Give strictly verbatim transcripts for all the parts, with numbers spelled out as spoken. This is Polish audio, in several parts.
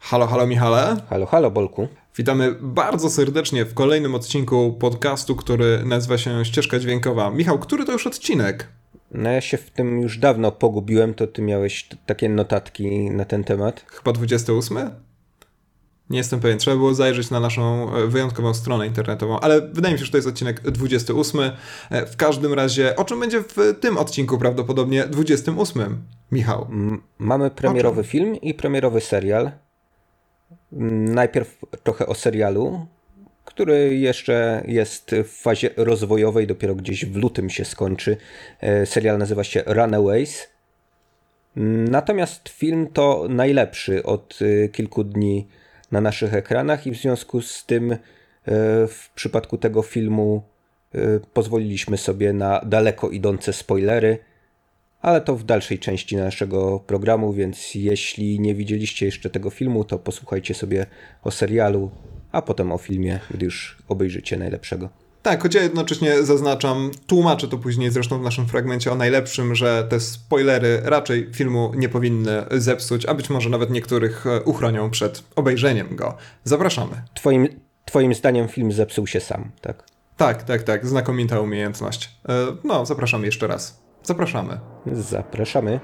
Halo, halo Michale. Halo, halo Bolku. Witamy bardzo serdecznie w kolejnym odcinku podcastu, który nazywa się Ścieżka Dźwiękowa. Michał, który to już odcinek? No ja się w tym już dawno pogubiłem, to ty miałeś t- takie notatki na ten temat. Chyba dwudziesty ósmy? Nie jestem pewien, trzeba było zajrzeć na naszą wyjątkową stronę internetową, ale wydaje mi się, że to jest odcinek dwudziesty ósmy. W każdym razie, o czym będzie w tym odcinku prawdopodobnie dwudziestym ósmym, Michał? M- mamy premierowy film i premierowy serial. M, Najpierw trochę o serialu, który jeszcze jest w fazie rozwojowej, dopiero gdzieś w lutym się skończy. E, Serial nazywa się Runaways. Natomiast film to najlepszy od e, kilku dni na naszych ekranach i w związku z tym e, w przypadku tego filmu e, pozwoliliśmy sobie na daleko idące spoilery, ale to w dalszej części naszego programu, więc jeśli nie widzieliście jeszcze tego filmu, to posłuchajcie sobie o serialu, a potem o filmie, gdy już obejrzycie najlepszego. Tak, choć ja jednocześnie zaznaczam, tłumaczę to później zresztą w naszym fragmencie o najlepszym, że te spoilery raczej filmu nie powinny zepsuć, a być może nawet niektórych uchronią przed obejrzeniem go. Zapraszamy. Twoim, twoim zdaniem film zepsuł się sam, tak? Tak, tak, tak, znakomita umiejętność. No, zapraszamy jeszcze raz. Zapraszamy. Zapraszamy.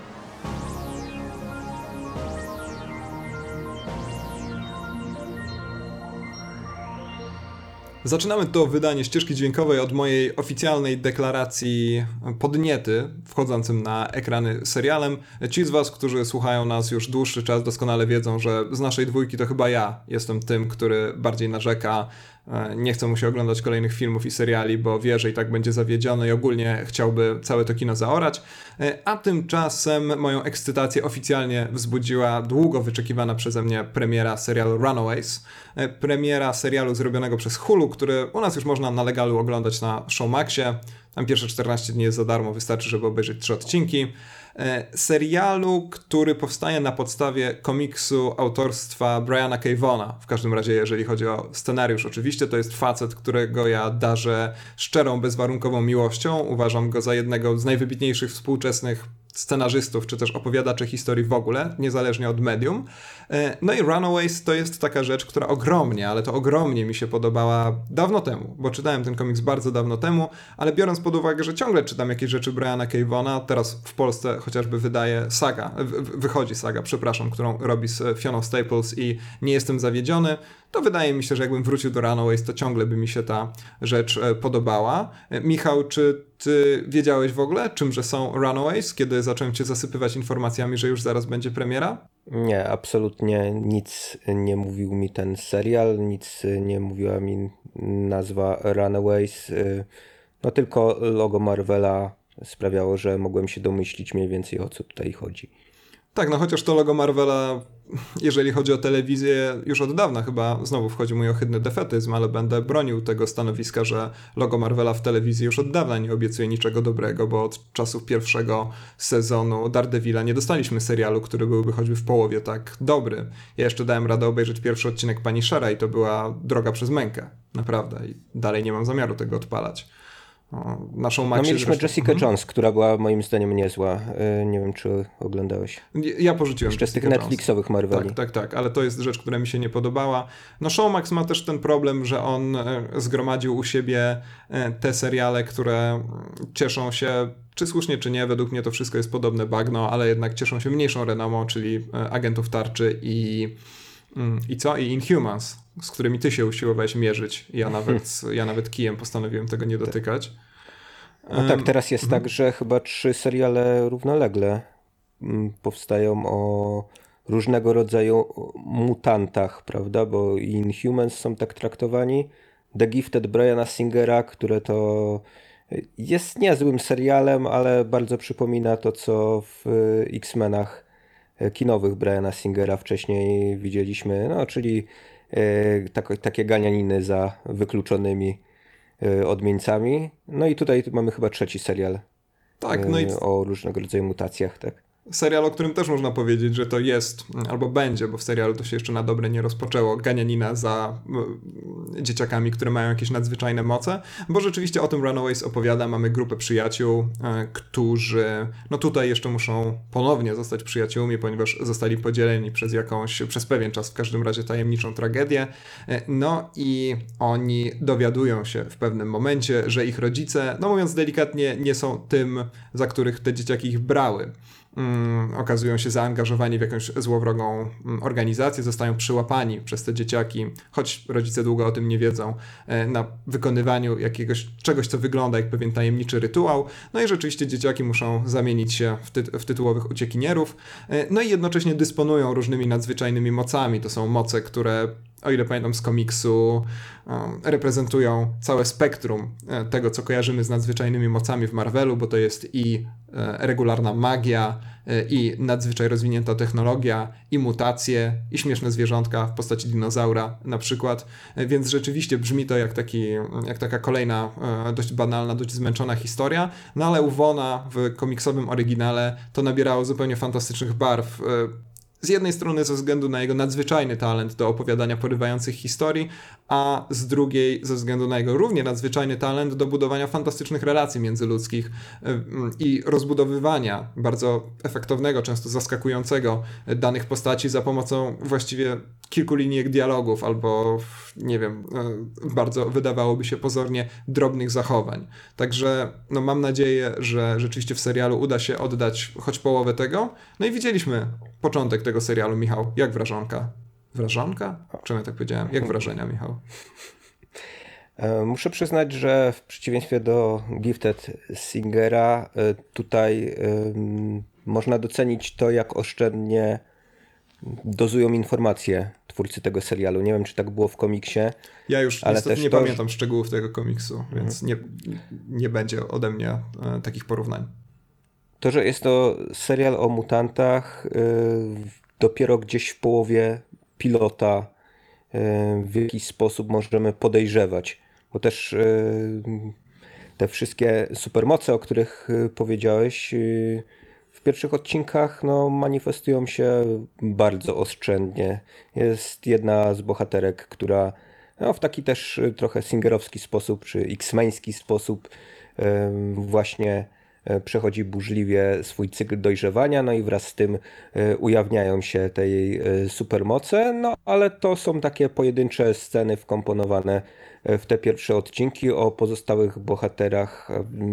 Zaczynamy to wydanie ścieżki dźwiękowej od mojej oficjalnej deklaracji podniety wchodzącym na ekrany serialem. Ci z was, którzy słuchają nas już dłuższy czas, doskonale wiedzą, że z naszej dwójki to chyba ja jestem tym, który bardziej narzeka. Nie chce mu się oglądać kolejnych filmów i seriali, bo wie, że i tak będzie zawiedziony i ogólnie chciałby całe to kino zaorać. A tymczasem moją ekscytację oficjalnie wzbudziła długo wyczekiwana przeze mnie premiera serialu Runaways. Premiera serialu zrobionego przez Hulu, który u nas już można na legalu oglądać na Showmaxie. Tam pierwsze czternaście dni jest za darmo, wystarczy, żeby obejrzeć trzy odcinki. Serialu, który powstaje na podstawie komiksu autorstwa Briana K. Vaughna. W każdym razie, jeżeli chodzi o scenariusz, oczywiście to jest facet, którego ja darzę szczerą, bezwarunkową miłością. Uważam go za jednego z najwybitniejszych współczesnych scenarzystów, czy też opowiadaczy historii w ogóle, niezależnie od medium. No i Runaways to jest taka rzecz, która ogromnie, ale to ogromnie mi się podobała dawno temu, bo czytałem ten komiks bardzo dawno temu, ale biorąc pod uwagę, że ciągle czytam jakieś rzeczy Briana K. Vaughna, teraz w Polsce chociażby wydaje saga, wychodzi saga, przepraszam, którą robi z Fioną Staples i nie jestem zawiedziony, to wydaje mi się, że jakbym wrócił do Runaways, to ciągle by mi się ta rzecz podobała. Michał, czy ty wiedziałeś w ogóle, czymże są Runaways, kiedy zacząłem cię zasypywać informacjami, że już zaraz będzie premiera? Nie, absolutnie nic nie mówił mi ten serial, nic nie mówiła mi nazwa Runaways, no tylko logo Marvela sprawiało, że mogłem się domyślić mniej więcej, o co tutaj chodzi. Tak, no chociaż to logo Marvela, jeżeli chodzi o telewizję, już od dawna chyba znowu wchodzi mój ohydny defetyzm, ale będę bronił tego stanowiska, że logo Marvela w telewizji już od dawna nie obiecuje niczego dobrego, bo od czasów pierwszego sezonu Daredevila nie dostaliśmy serialu, który byłby choćby w połowie tak dobry. Ja jeszcze dałem radę obejrzeć pierwszy odcinek Punishera i to była droga przez mękę, naprawdę, i dalej nie mam zamiaru tego odpalać. Naszą no mieliśmy zresztą... Jessica hmm? Jones, która była moim zdaniem niezła. Nie wiem, czy oglądałeś. Ja porzuciłem jeszcze z tych Netflixowych Marveli. Tak, tak, tak, ale to jest rzecz, która mi się nie podobała. No Showmax ma też ten problem, że on zgromadził u siebie te seriale, które cieszą się, czy słusznie, czy nie, według mnie to wszystko jest podobne bagno, ale jednak cieszą się mniejszą renomą, czyli Agentów Tarczy i i co? I Inhumans, z którymi ty się usiłowałeś mierzyć. Ja nawet, ja nawet kijem postanowiłem tego nie dotykać. No tak, teraz jest tak, że chyba trzy seriale równolegle powstają o różnego rodzaju mutantach, prawda? Bo Inhumans są tak traktowani. The Gifted Briana Singera, które to jest niezłym serialem, ale bardzo przypomina to, co w X-Menach kinowych Briana Singera wcześniej widzieliśmy, no czyli e, tak, takie ganianiny za wykluczonymi e, odmieńcami. No i tutaj mamy chyba trzeci serial tak, no i... e, o różnego rodzaju mutacjach, tak? Serial, o którym też można powiedzieć, że to jest, albo będzie, bo w serialu to się jeszcze na dobre nie rozpoczęło, ganianina za y, dzieciakami, które mają jakieś nadzwyczajne moce, bo rzeczywiście o tym Runaways opowiada. Mamy grupę przyjaciół, y, którzy no tutaj jeszcze muszą ponownie zostać przyjaciółmi, ponieważ zostali podzieleni przez jakąś, przez pewien czas w każdym razie tajemniczą tragedię. Y, no i oni dowiadują się w pewnym momencie, że ich rodzice, no mówiąc delikatnie, nie są tym, za których te dzieciaki ich brały. Um, okazują się zaangażowani w jakąś złowrogą um, organizację, zostają przyłapani przez te dzieciaki, choć rodzice długo o tym nie wiedzą, e, na wykonywaniu jakiegoś czegoś, co wygląda jak pewien tajemniczy rytuał. No i rzeczywiście dzieciaki muszą zamienić się w, ty- w tytułowych uciekinierów, e, no i jednocześnie dysponują różnymi nadzwyczajnymi mocami. To są moce, które, o ile pamiętam z komiksu, um, reprezentują całe spektrum e, tego, co kojarzymy z nadzwyczajnymi mocami w Marvelu, bo to jest i e, regularna magia, e, i nadzwyczaj rozwinięta technologia, i mutacje, i śmieszne zwierzątka w postaci dinozaura na przykład. E, więc rzeczywiście brzmi to jak, taki, jak taka kolejna, e, dość banalna, dość zmęczona historia, no ale u Vaughna w komiksowym oryginale to nabierało zupełnie fantastycznych barw. E, Z jednej strony ze względu na jego nadzwyczajny talent do opowiadania porywających historii, a z drugiej ze względu na jego równie nadzwyczajny talent do budowania fantastycznych relacji międzyludzkich i rozbudowywania bardzo efektownego, często zaskakującego danych postaci za pomocą właściwie kilku linijek dialogów albo, nie wiem, bardzo wydawałoby się pozornie drobnych zachowań. Także no, mam nadzieję, że rzeczywiście w serialu uda się oddać choć połowę tego. No i widzieliśmy początek tego serialu, Michał. Jak wrażonka? Wrażonka? Czemu ja tak powiedziałem? Jak wrażenia, Michał? Muszę przyznać, że w przeciwieństwie do Gifted Singera tutaj um, można docenić to, jak oszczędnie dozują informacje twórcy tego serialu. Nie wiem, czy tak było w komiksie. Ja już ale niestety też nie to, pamiętam szczegółów tego komiksu, mhm. więc nie, nie będzie ode mnie e, takich porównań. To, że jest to serial o mutantach, yy, dopiero gdzieś w połowie pilota yy, w jakiś sposób możemy podejrzewać, bo też yy, te wszystkie supermoce, o których yy, powiedziałeś, yy, w pierwszych odcinkach no, manifestują się bardzo oszczędnie. Jest jedna z bohaterek, która no, w taki też trochę singerowski sposób, czy x-meński sposób yy, właśnie przechodzi burzliwie swój cykl dojrzewania, no i wraz z tym ujawniają się te jej supermoce, no ale to są takie pojedyncze sceny wkomponowane w te pierwsze odcinki. O pozostałych bohaterach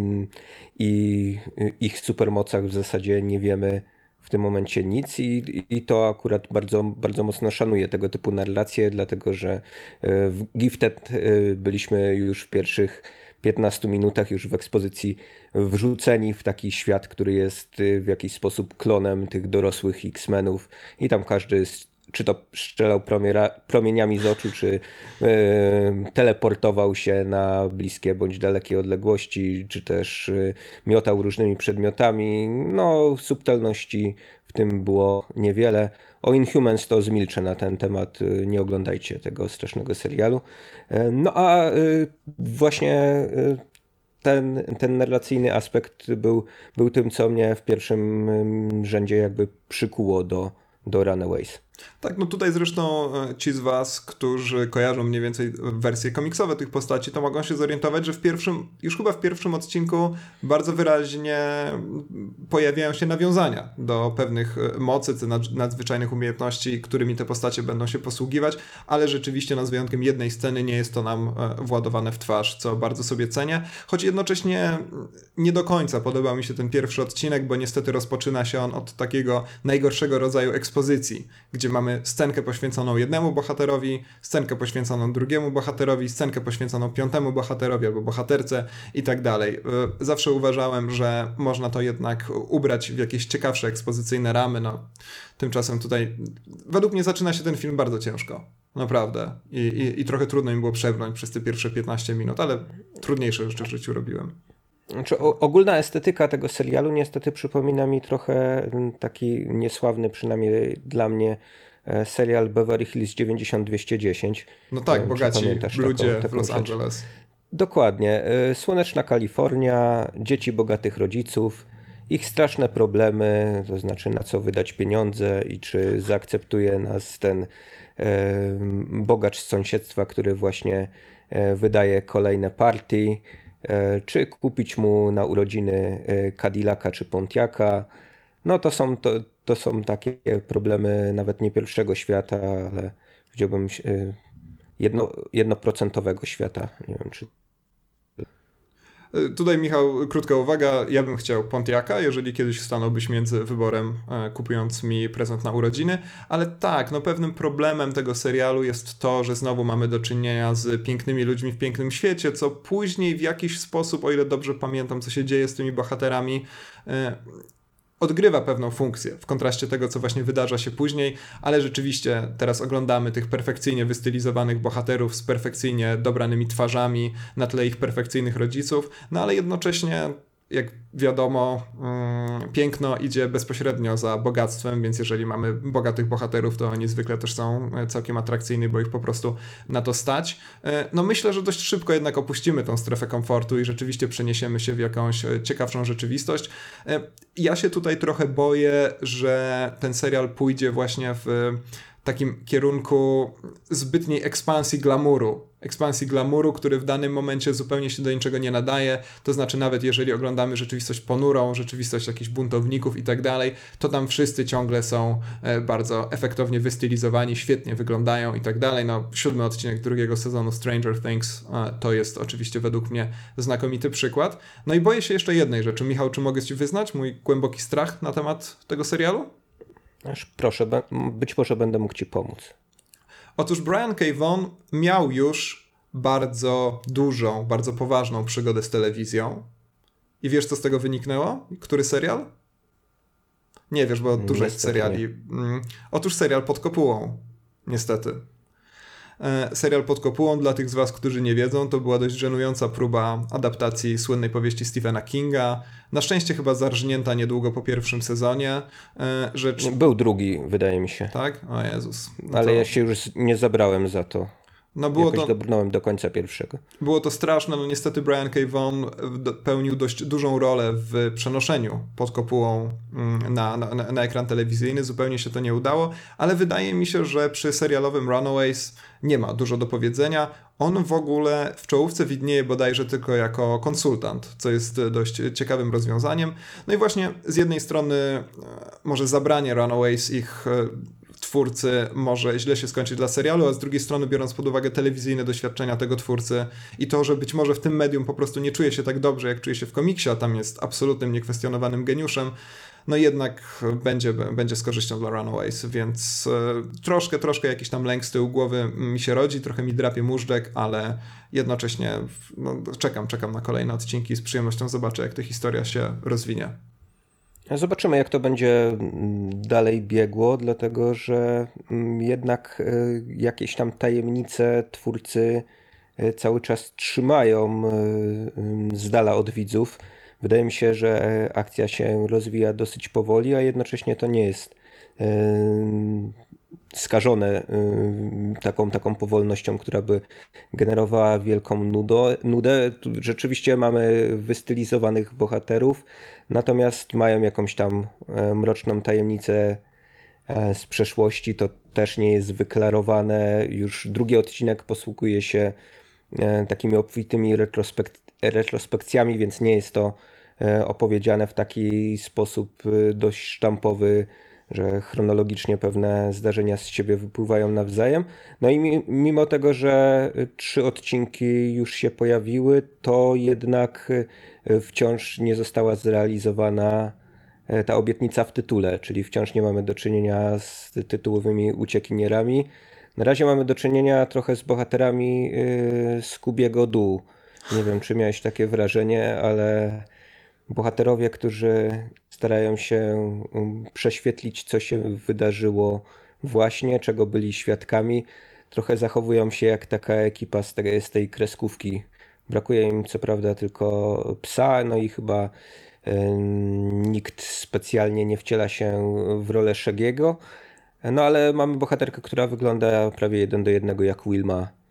i ich supermocach w zasadzie nie wiemy w tym momencie nic i, i to akurat bardzo, bardzo mocno szanuję tego typu narracje, dlatego że w Gifted byliśmy już w pierwszych piętnastu minutach już w ekspozycji wrzuceni w taki świat, który jest w jakiś sposób klonem tych dorosłych X-Menów i tam każdy czy to strzelał promiera, promieniami z oczu, czy yy, teleportował się na bliskie bądź dalekie odległości, czy też yy, miotał różnymi przedmiotami. No, subtelności w tym było niewiele. O Inhumans to zmilczę na ten temat, yy, nie oglądajcie tego strasznego serialu. Yy, no a yy, właśnie yy, ten, ten narracyjny aspekt był, był tym, co mnie w pierwszym yy, rzędzie jakby przykuło do, do Runaways. Tak, no tutaj zresztą ci z was, którzy kojarzą mniej więcej wersje komiksowe tych postaci, to mogą się zorientować, że w pierwszym, już chyba w pierwszym odcinku bardzo wyraźnie pojawiają się nawiązania do pewnych mocy, czy nadzwyczajnych umiejętności, którymi te postacie będą się posługiwać, ale rzeczywiście no z wyjątkiem jednej sceny nie jest to nam władowane w twarz, co bardzo sobie cenię, choć jednocześnie nie do końca podobał mi się ten pierwszy odcinek, bo niestety rozpoczyna się on od takiego najgorszego rodzaju ekspozycji, gdzie mamy scenkę poświęconą jednemu bohaterowi, scenkę poświęconą drugiemu bohaterowi, scenkę poświęconą piątemu bohaterowi albo bohaterce i tak dalej. Zawsze uważałem, że można to jednak ubrać w jakieś ciekawsze ekspozycyjne ramy. No, tymczasem tutaj według mnie zaczyna się ten film bardzo ciężko. Naprawdę. I, i, i trochę trudno mi było przebrnąć przez te pierwsze piętnaście minut, ale trudniejsze rzeczy w życiu robiłem. Znaczy, ogólna estetyka tego serialu niestety przypomina mi trochę taki niesławny, przynajmniej dla mnie, serial Beverly Hills dziewięćdziesiąt dwieście dziesięć. No tak, bogaci ludzie taką, taką w Los rzecz. Angeles. Dokładnie. Słoneczna Kalifornia, dzieci bogatych rodziców ich straszne problemy, to znaczy na co wydać pieniądze i czy zaakceptuje nas ten e, bogacz z sąsiedztwa, który właśnie e, wydaje kolejne partie, e, czy kupić mu na urodziny e, Cadillaca czy Pontiaca. No to są, to, to są takie problemy nawet nie pierwszego świata, ale powiedziałbym e, jedno, jednoprocentowego świata. Nie wiem, czy Tutaj, Michał, krótka uwaga. Ja bym chciał Pontiaca, jeżeli kiedyś stanąłbyś między wyborem, e, kupując mi prezent na urodziny. Ale tak, no pewnym problemem tego serialu jest to, że znowu mamy do czynienia z pięknymi ludźmi w pięknym świecie, co później w jakiś sposób, o ile dobrze pamiętam, co się dzieje z tymi bohaterami, e, odgrywa pewną funkcję w kontraście tego, co właśnie wydarza się później, ale rzeczywiście teraz oglądamy tych perfekcyjnie wystylizowanych bohaterów z perfekcyjnie dobranymi twarzami na tle ich perfekcyjnych rodziców, no ale jednocześnie, jak wiadomo, mm, piękno idzie bezpośrednio za bogactwem, więc jeżeli mamy bogatych bohaterów, to oni zwykle też są całkiem atrakcyjni, bo ich po prostu na to stać. No myślę, że dość szybko jednak opuścimy tą strefę komfortu i rzeczywiście przeniesiemy się w jakąś ciekawszą rzeczywistość. Ja się tutaj trochę boję, że ten serial pójdzie właśnie w takim kierunku zbytniej ekspansji glamuru. Ekspansji glamuru, który w danym momencie zupełnie się do niczego nie nadaje. To znaczy nawet jeżeli oglądamy rzeczywistość ponurą, rzeczywistość jakichś buntowników i tak dalej, to tam wszyscy ciągle są bardzo efektownie wystylizowani, świetnie wyglądają i tak dalej. No, siódmy odcinek drugiego sezonu Stranger Things to jest oczywiście według mnie znakomity przykład. No i boję się jeszcze jednej rzeczy. Michał, czy mogę ci wyznać mój głęboki strach na temat tego serialu? Aż proszę, być może będę mógł ci pomóc. Otóż Brian K. Vaughan miał już bardzo dużą, bardzo poważną przygodę z telewizją. I wiesz, co z tego wyniknęło? Który serial? Nie wiesz, bo dużo jest seriali. Nie. Otóż serial Pod kopułą. Niestety. Serial Pod kopułą, dla tych z was, którzy nie wiedzą, to była dość żenująca próba adaptacji słynnej powieści Stephena Kinga. Na szczęście chyba zarżnięta niedługo po pierwszym sezonie. Rzecz... Był drugi, wydaje mi się. Tak? O Jezus. No Ale to... ja się już nie zabrałem za to. No było Jakoś to... dobrnąłem do końca pierwszego. Było to straszne, no niestety Brian K. Vaughan pełnił dość dużą rolę w przenoszeniu Pod kopułą na, na, na ekran telewizyjny, zupełnie się to nie udało, ale wydaje mi się, że przy serialowym Runaways nie ma dużo do powiedzenia. On w ogóle w czołówce widnieje bodajże tylko jako konsultant, co jest dość ciekawym rozwiązaniem. No i właśnie z jednej strony może zabranie Runaways ich twórcy może źle się skończyć dla serialu, a z drugiej strony biorąc pod uwagę telewizyjne doświadczenia tego twórcy i to, że być może w tym medium po prostu nie czuje się tak dobrze, jak czuje się w komiksie, a tam jest absolutnym, niekwestionowanym geniuszem, no jednak będzie, będzie z korzyścią dla Runaways, więc e, troszkę, troszkę jakiś tam lęk z tyłu głowy mi się rodzi, trochę mi drapie móżdżek, ale jednocześnie no, czekam, czekam na kolejne odcinki i z przyjemnością zobaczę, jak ta historia się rozwinie. Zobaczymy, jak to będzie dalej biegło, dlatego że jednak jakieś tam tajemnice twórcy cały czas trzymają z dala od widzów. Wydaje mi się, że akcja się rozwija dosyć powoli, a jednocześnie to nie jest skażone taką, taką powolnością, która by generowała wielką nudo, nudę. Tu rzeczywiście mamy wystylizowanych bohaterów, natomiast mają jakąś tam mroczną tajemnicę z przeszłości. To też nie jest wyklarowane. Już drugi odcinek posługuje się takimi obfitymi retrospek- retrospekcjami, więc nie jest to opowiedziane w taki sposób dość sztampowy, że chronologicznie pewne zdarzenia z siebie wypływają nawzajem. No i mimo tego, że trzy odcinki już się pojawiły, to jednak wciąż nie została zrealizowana ta obietnica w tytule, czyli wciąż nie mamy do czynienia z tytułowymi uciekinierami. Na razie mamy do czynienia trochę z bohaterami Scoobiego Doo. Nie wiem, czy miałeś takie wrażenie, ale bohaterowie, którzy starają się prześwietlić, co się wydarzyło właśnie, czego byli świadkami, trochę zachowują się jak taka ekipa z tej, z tej kreskówki. Brakuje im co prawda tylko psa, no i chyba y, nikt specjalnie nie wciela się w rolę Shaggy'ego. No ale mamy bohaterkę, która wygląda prawie jeden do jednego jak Wilma.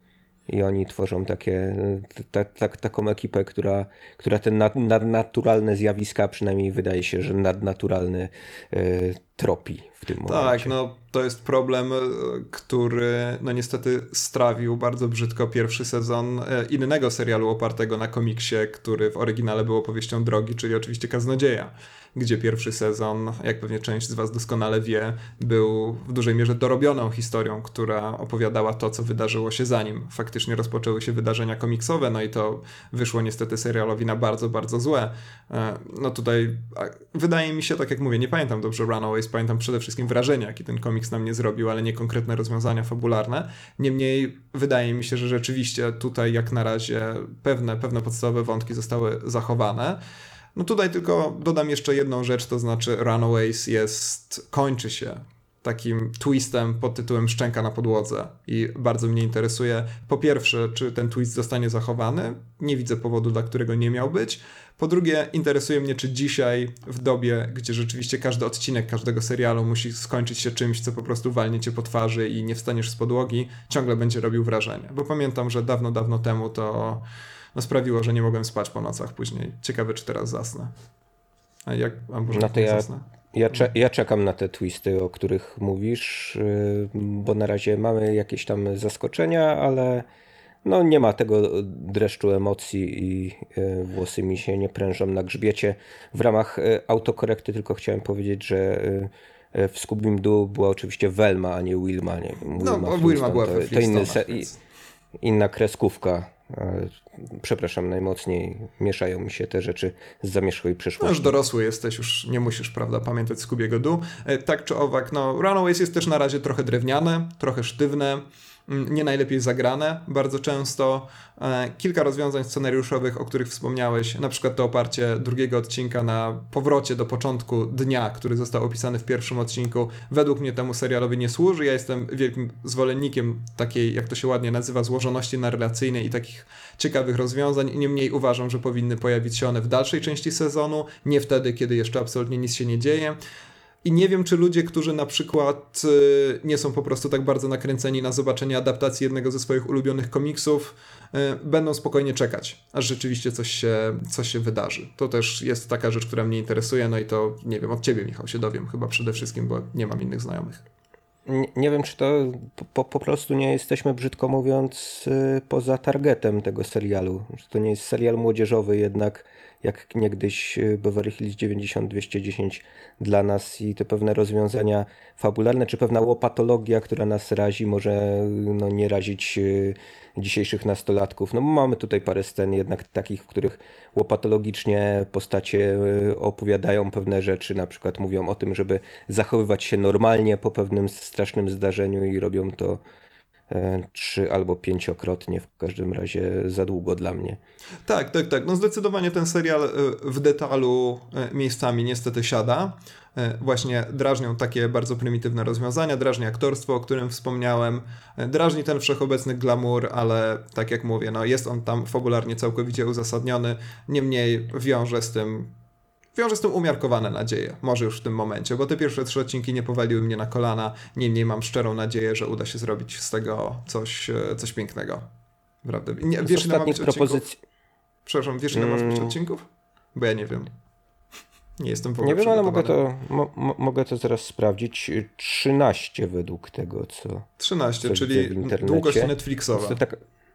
i oni tworzą takie, ta, ta, taką ekipę, która, która te nad, nadnaturalne zjawiska, przynajmniej wydaje się, że nadnaturalny y, tropi w tym momencie. Tak, no to jest problem, który no niestety strawił bardzo brzydko pierwszy sezon innego serialu opartego na komiksie, który w oryginale był opowieścią drogi, czyli oczywiście Kaznodzieja, gdzie pierwszy sezon, jak pewnie część z was doskonale wie, był w dużej mierze dorobioną historią, która opowiadała to, co wydarzyło się zanim faktycznie rozpoczęły się wydarzenia komiksowe, no i to wyszło niestety serialowi na bardzo, bardzo złe. No tutaj wydaje mi się, tak jak mówię, nie pamiętam dobrze Runaways, pamiętam przede wszystkim wrażenie, jakie ten komiks na mnie zrobił, ale nie konkretne rozwiązania fabularne. Niemniej wydaje mi się, że rzeczywiście tutaj jak na razie pewne, pewne podstawowe wątki zostały zachowane. No tutaj tylko dodam jeszcze jedną rzecz, to znaczy Runaways jest, kończy się takim twistem pod tytułem Szczęka na podłodze i bardzo mnie interesuje, po pierwsze, czy ten twist zostanie zachowany, nie widzę powodu, dla którego nie miał być, po drugie, interesuje mnie, czy dzisiaj w dobie, gdzie rzeczywiście każdy odcinek każdego serialu musi skończyć się czymś, co po prostu walnie cię po twarzy i nie wstaniesz z podłogi, ciągle będzie robił wrażenie, bo pamiętam, że dawno, dawno temu to no, sprawiło, że nie mogłem spać po nocach później. Ciekawe, czy teraz zasnę. A jak, a może no to nie ja, zasnę? Ja, cze- ja czekam na te twisty, o których mówisz, bo na razie mamy jakieś tam zaskoczenia, ale no nie ma tego dreszczu emocji i włosy mi się nie prężą na grzbiecie. W ramach autokorekty tylko chciałem powiedzieć, że w Scooby-Doo była oczywiście Velma, a nie Wilma. Nie, Wilma no, bo Wilma była to, we to inny se- więc... inna kreskówka. Przepraszam najmocniej, mieszają mi się te rzeczy z zamierzchłej przeszłości. No już dorosły jesteś, już nie musisz, prawda, pamiętać Scoobiego Doo. Tak czy owak, no Runaways jest też na razie trochę drewniane, trochę sztywne, nie najlepiej zagrane bardzo często. Kilka rozwiązań scenariuszowych, o których wspomniałeś, na przykład to oparcie drugiego odcinka na powrocie do początku dnia, który został opisany w pierwszym odcinku, według mnie temu serialowi nie służy. Ja jestem wielkim zwolennikiem takiej, jak to się ładnie nazywa, złożoności narracyjnej i takich ciekawych rozwiązań. Niemniej uważam, że powinny pojawić się one w dalszej części sezonu, nie wtedy, kiedy jeszcze absolutnie nic się nie dzieje. I nie wiem, czy ludzie, którzy na przykład y, nie są po prostu tak bardzo nakręceni na zobaczenie adaptacji jednego ze swoich ulubionych komiksów, y, będą spokojnie czekać, aż rzeczywiście coś się, coś się wydarzy. To też jest taka rzecz, która mnie interesuje, no i to, nie wiem, od ciebie, Michał, się dowiem chyba przede wszystkim, bo nie mam innych znajomych. Nie, nie wiem, czy to po, po prostu nie jesteśmy, brzydko mówiąc, y, poza targetem tego serialu. Że to nie jest serial młodzieżowy jednak, jak niegdyś Beverly Hills dziewięćdziesiąt dwieście dziesięć dla nas i te pewne rozwiązania fabularne, czy pewna łopatologia, która nas razi, może no, nie razić y, dzisiejszych nastolatków. No mamy tutaj parę scen jednak takich, w których łopatologicznie postacie y, opowiadają pewne rzeczy, na przykład mówią o tym, żeby zachowywać się normalnie po pewnym strasznym zdarzeniu i robią to trzy albo pięciokrotnie, w każdym razie za długo dla mnie. Tak, tak, tak. No zdecydowanie ten serial w detalu miejscami niestety siada. Właśnie drażnią takie bardzo prymitywne rozwiązania, drażni aktorstwo, o którym wspomniałem, drażni ten wszechobecny glamour, ale tak jak mówię, no jest on tam fabularnie całkowicie uzasadniony, niemniej wiąże z tym Wiąże z tym umiarkowane nadzieje, może już w tym momencie, bo te pierwsze trzy odcinki nie powaliły mnie na kolana, niemniej mam szczerą nadzieję, że uda się zrobić z tego coś, coś pięknego. Prawda? Nie, wiesz, ile ma być propozycji... Przepraszam, wiesz, ile ma być mm. odcinków? Bo ja nie wiem. Nie jestem w ogóle Nie wiem, ale mogę to, mo, mo, mogę to zaraz sprawdzić. trzynaście według tego, co trzynaście, co czyli długość Netflixowa. Tak,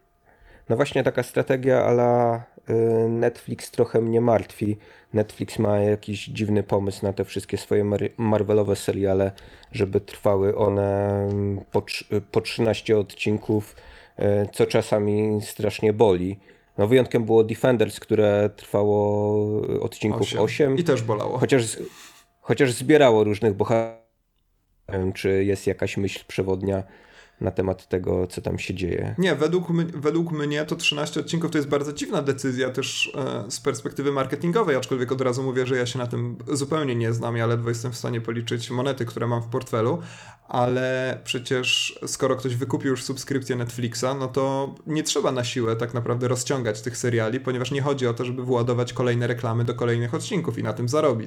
no właśnie taka strategia a la Netflix trochę mnie martwi. Netflix ma jakiś dziwny pomysł na te wszystkie swoje Marvelowe seriale, żeby trwały one po, po trzynaście odcinków, co czasami strasznie boli. No wyjątkiem było Defenders, które trwało odcinków osiem. I też bolało. Chociaż, chociaż zbierało różnych bohaterów. Nie wiem, czy jest jakaś myśl przewodnia na temat tego, co tam się dzieje. Nie, według, my, według mnie to trzynaście odcinków to jest bardzo dziwna decyzja też e, z perspektywy marketingowej, aczkolwiek od razu mówię, że ja się na tym zupełnie nie znam, ja ledwo jestem w stanie policzyć monety, które mam w portfelu, ale przecież skoro ktoś wykupił już subskrypcję Netflixa, no to nie trzeba na siłę tak naprawdę rozciągać tych seriali, ponieważ nie chodzi o to, żeby władować kolejne reklamy do kolejnych odcinków i na tym zarobić.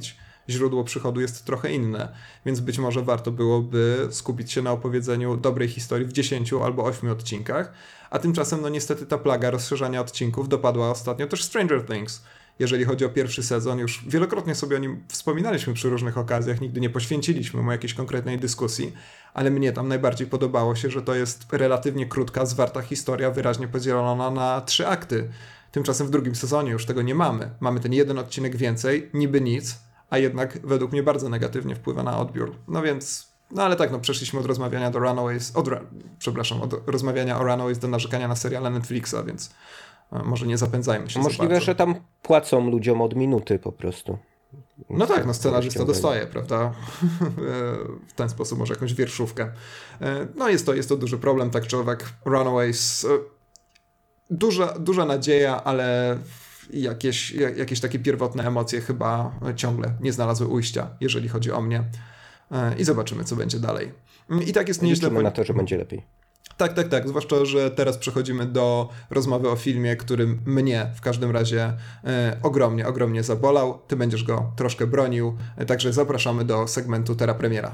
źródło przychodu jest trochę inne, więc być może warto byłoby skupić się na opowiedzeniu dobrej historii w dziesięciu albo ośmiu odcinkach, a tymczasem no niestety ta plaga rozszerzania odcinków dopadła ostatnio też Stranger Things. Jeżeli chodzi o pierwszy sezon, już wielokrotnie sobie o nim wspominaliśmy przy różnych okazjach, nigdy nie poświęciliśmy mu jakiejś konkretnej dyskusji, ale mnie tam najbardziej podobało się, że to jest relatywnie krótka, zwarta historia, wyraźnie podzielona na trzy akty. Tymczasem w drugim sezonie już tego nie mamy. Mamy ten jeden odcinek więcej, niby nic, a jednak według mnie bardzo negatywnie wpływa na odbiór. No więc, no ale tak, no przeszliśmy od rozmawiania do Runaways, od, przepraszam, od rozmawiania o Runaways do narzekania na seriale Netflixa, więc może nie zapędzajmy się Możliwe, za bardzo. że tam płacą ludziom od minuty po prostu. No tak, no scenarzysta dostaje, prawda? W ten sposób może jakąś wierszówkę. No jest to, jest to duży problem, tak czy owak. Runaways, duża, duża nadzieja, ale jakieś, jakieś takie pierwotne emocje chyba ciągle nie znalazły ujścia, jeżeli chodzi o mnie. I zobaczymy, co będzie dalej. I tak jest nieźle. Liczymy na to, że będzie lepiej. Tak, tak, tak. Zwłaszcza, że teraz przechodzimy do rozmowy o filmie, który mnie w każdym razie e, ogromnie, ogromnie zabolał. Ty będziesz go troszkę bronił, e, także zapraszamy do segmentu Terra Premiera.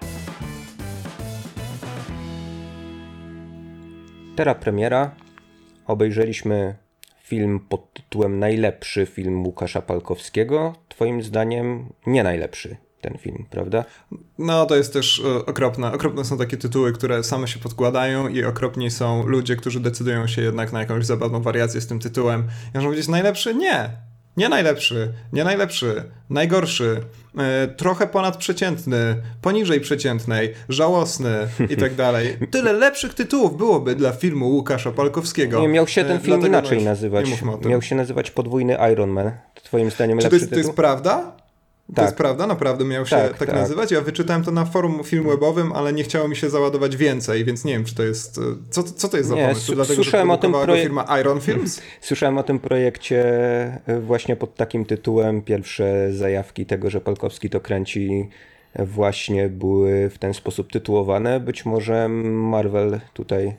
Terra Premiera. Obejrzeliśmy film pod tytułem Najlepszy film Łukasza Palkowskiego. Twoim zdaniem nie najlepszy ten film, prawda? No to jest też e, okropne. Okropne są takie tytuły, które same się podkładają i okropni są ludzie, którzy decydują się jednak na jakąś zabawną wariację z tym tytułem. Ja muszę powiedzieć najlepszy? Nie. Nie najlepszy. Nie najlepszy. Najgorszy. E, trochę ponadprzeciętny. Poniżej przeciętnej. Żałosny i tak dalej. Tyle lepszych tytułów byłoby dla filmu Łukasza Palkowskiego. Nie, miał się ten e, film dlatego, inaczej no, nazywać. Nie mówmy o tym. Miał się nazywać Podwójny Iron Man. Twoim zdaniem Czy to lepszy jest, to tytuł? jest prawda? To Tak. jest prawda? Naprawdę miał się Tak, tak, tak. nazywać? Ja wyczytałem to na forum filmwebowym, ale nie chciało mi się załadować więcej, więc nie wiem, czy to jest... Co, co to jest za Nie, pomysł? su- Dlatego, słyszałem że o tym produkowała proje- go firma Iron Films? Słyszałem o tym projekcie właśnie pod takim tytułem. Pierwsze zajawki tego, że Palkowski to kręci, właśnie były w ten sposób tytułowane. Być może Marvel tutaj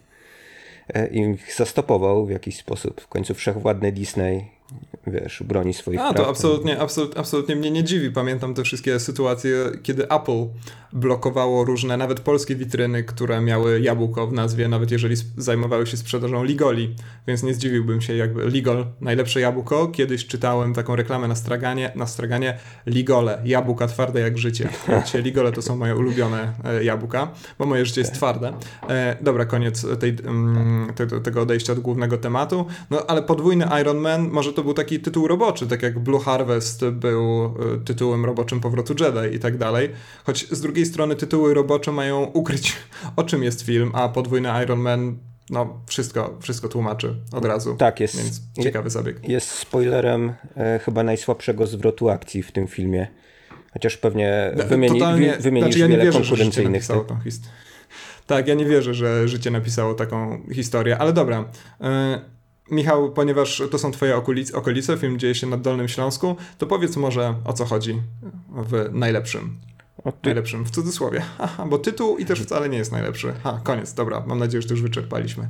ich zastopował w jakiś sposób. W końcu wszechwładny Disney, wiesz, broni swoich A, praw. to absolutnie, absolut, absolutnie mnie nie dziwi. Pamiętam te wszystkie sytuacje, kiedy Apple blokowało różne, nawet polskie witryny, które miały jabłko w nazwie, nawet jeżeli sp- zajmowały się sprzedażą Ligoli. Więc nie zdziwiłbym się, jakby Ligol, najlepsze jabłko. Kiedyś czytałem taką reklamę na straganie, na straganie Ligole, jabłka twarde jak życie. Wiecie, Ligole to są moje ulubione e, jabłka, bo moje życie jest twarde. E, dobra, koniec tej, mm, te, tego odejścia od głównego tematu. No, ale podwójny Iron Man, może to był taki tytuł roboczy, tak jak Blue Harvest był y, tytułem roboczym Powrotu Jedi i tak dalej. Choć z drugiej strony tytuły robocze mają ukryć, o czym jest film, a podwójny Iron Man no wszystko, wszystko tłumaczy od razu. Tak, jest. Więc ciekawy zabieg. Jest spoilerem e, chyba najsłabszego zwrotu akcji w tym filmie. Chociaż pewnie wymieni, Totalnie, wy, wymienisz znaczy ja nie wiele wierzę, że życie konkurencyjnych. napisało tą historię. Tak, ja nie wierzę, że życie napisało taką historię, ale dobra. Y, Michał, ponieważ to są twoje okolice, okolice, film dzieje się na Dolnym Śląsku, to powiedz może, o co chodzi w najlepszym. O, ty... Najlepszym, w cudzysłowie. Aha, bo tytuł i też wcale nie jest najlepszy. Ha, koniec, dobra, mam nadzieję, że to już wyczerpaliśmy.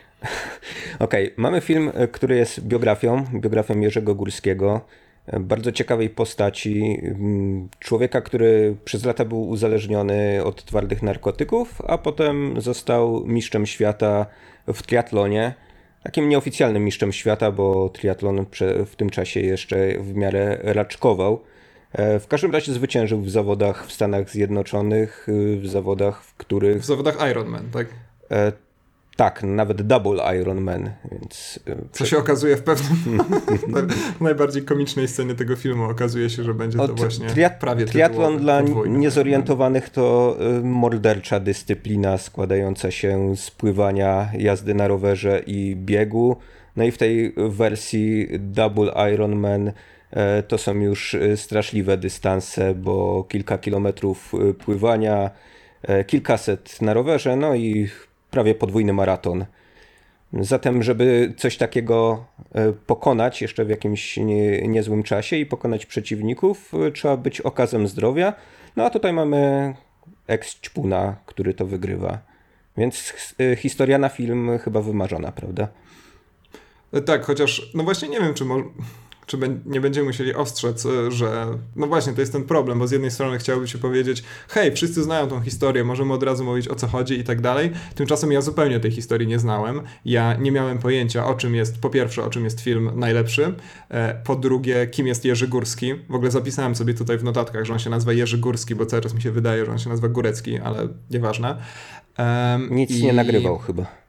Okej, okay. Mamy film, który jest biografią, biografią Jerzego Górskiego, bardzo ciekawej postaci, człowieka, który przez lata był uzależniony od twardych narkotyków, a potem został mistrzem świata w triatlonie. Takim nieoficjalnym mistrzem świata, bo triatlon w tym czasie jeszcze w miarę raczkował. W każdym razie zwyciężył w zawodach w Stanach Zjednoczonych, w zawodach, w których... W zawodach Ironman, tak? E, tak, nawet Double Ironman, więc... Co się okazuje w pewnym najbardziej komicznej scenie tego filmu. Okazuje się, że będzie to Od właśnie tria- prawie triatlon dla podwójny. niezorientowanych to mordercza dyscyplina składająca się z pływania, jazdy na rowerze i biegu. No i w tej wersji Double Ironman to są już straszliwe dystanse, bo kilka kilometrów pływania, kilkaset na rowerze, no i prawie podwójny maraton. Zatem, żeby coś takiego pokonać jeszcze w jakimś nie, niezłym czasie i pokonać przeciwników, trzeba być okazem zdrowia. No a tutaj mamy ex-ćpuna, który to wygrywa. Więc historia na film chyba wymarzona, prawda? Tak, chociaż no właśnie nie wiem, czy może... czy be- nie będziemy musieli ostrzec, że no właśnie, to jest ten problem, bo z jednej strony chciałoby się powiedzieć, hej, wszyscy znają tą historię, możemy od razu mówić, o co chodzi i tak dalej. Tymczasem ja zupełnie tej historii nie znałem. Ja nie miałem pojęcia, o czym jest, po pierwsze, o czym jest film najlepszy, po drugie, kim jest Jerzy Górski. W ogóle zapisałem sobie tutaj w notatkach, że on się nazywa Jerzy Górski, bo cały czas mi się wydaje, że on się nazywa Górecki, ale nieważne. Um, Nic i... nie nagrywał chyba.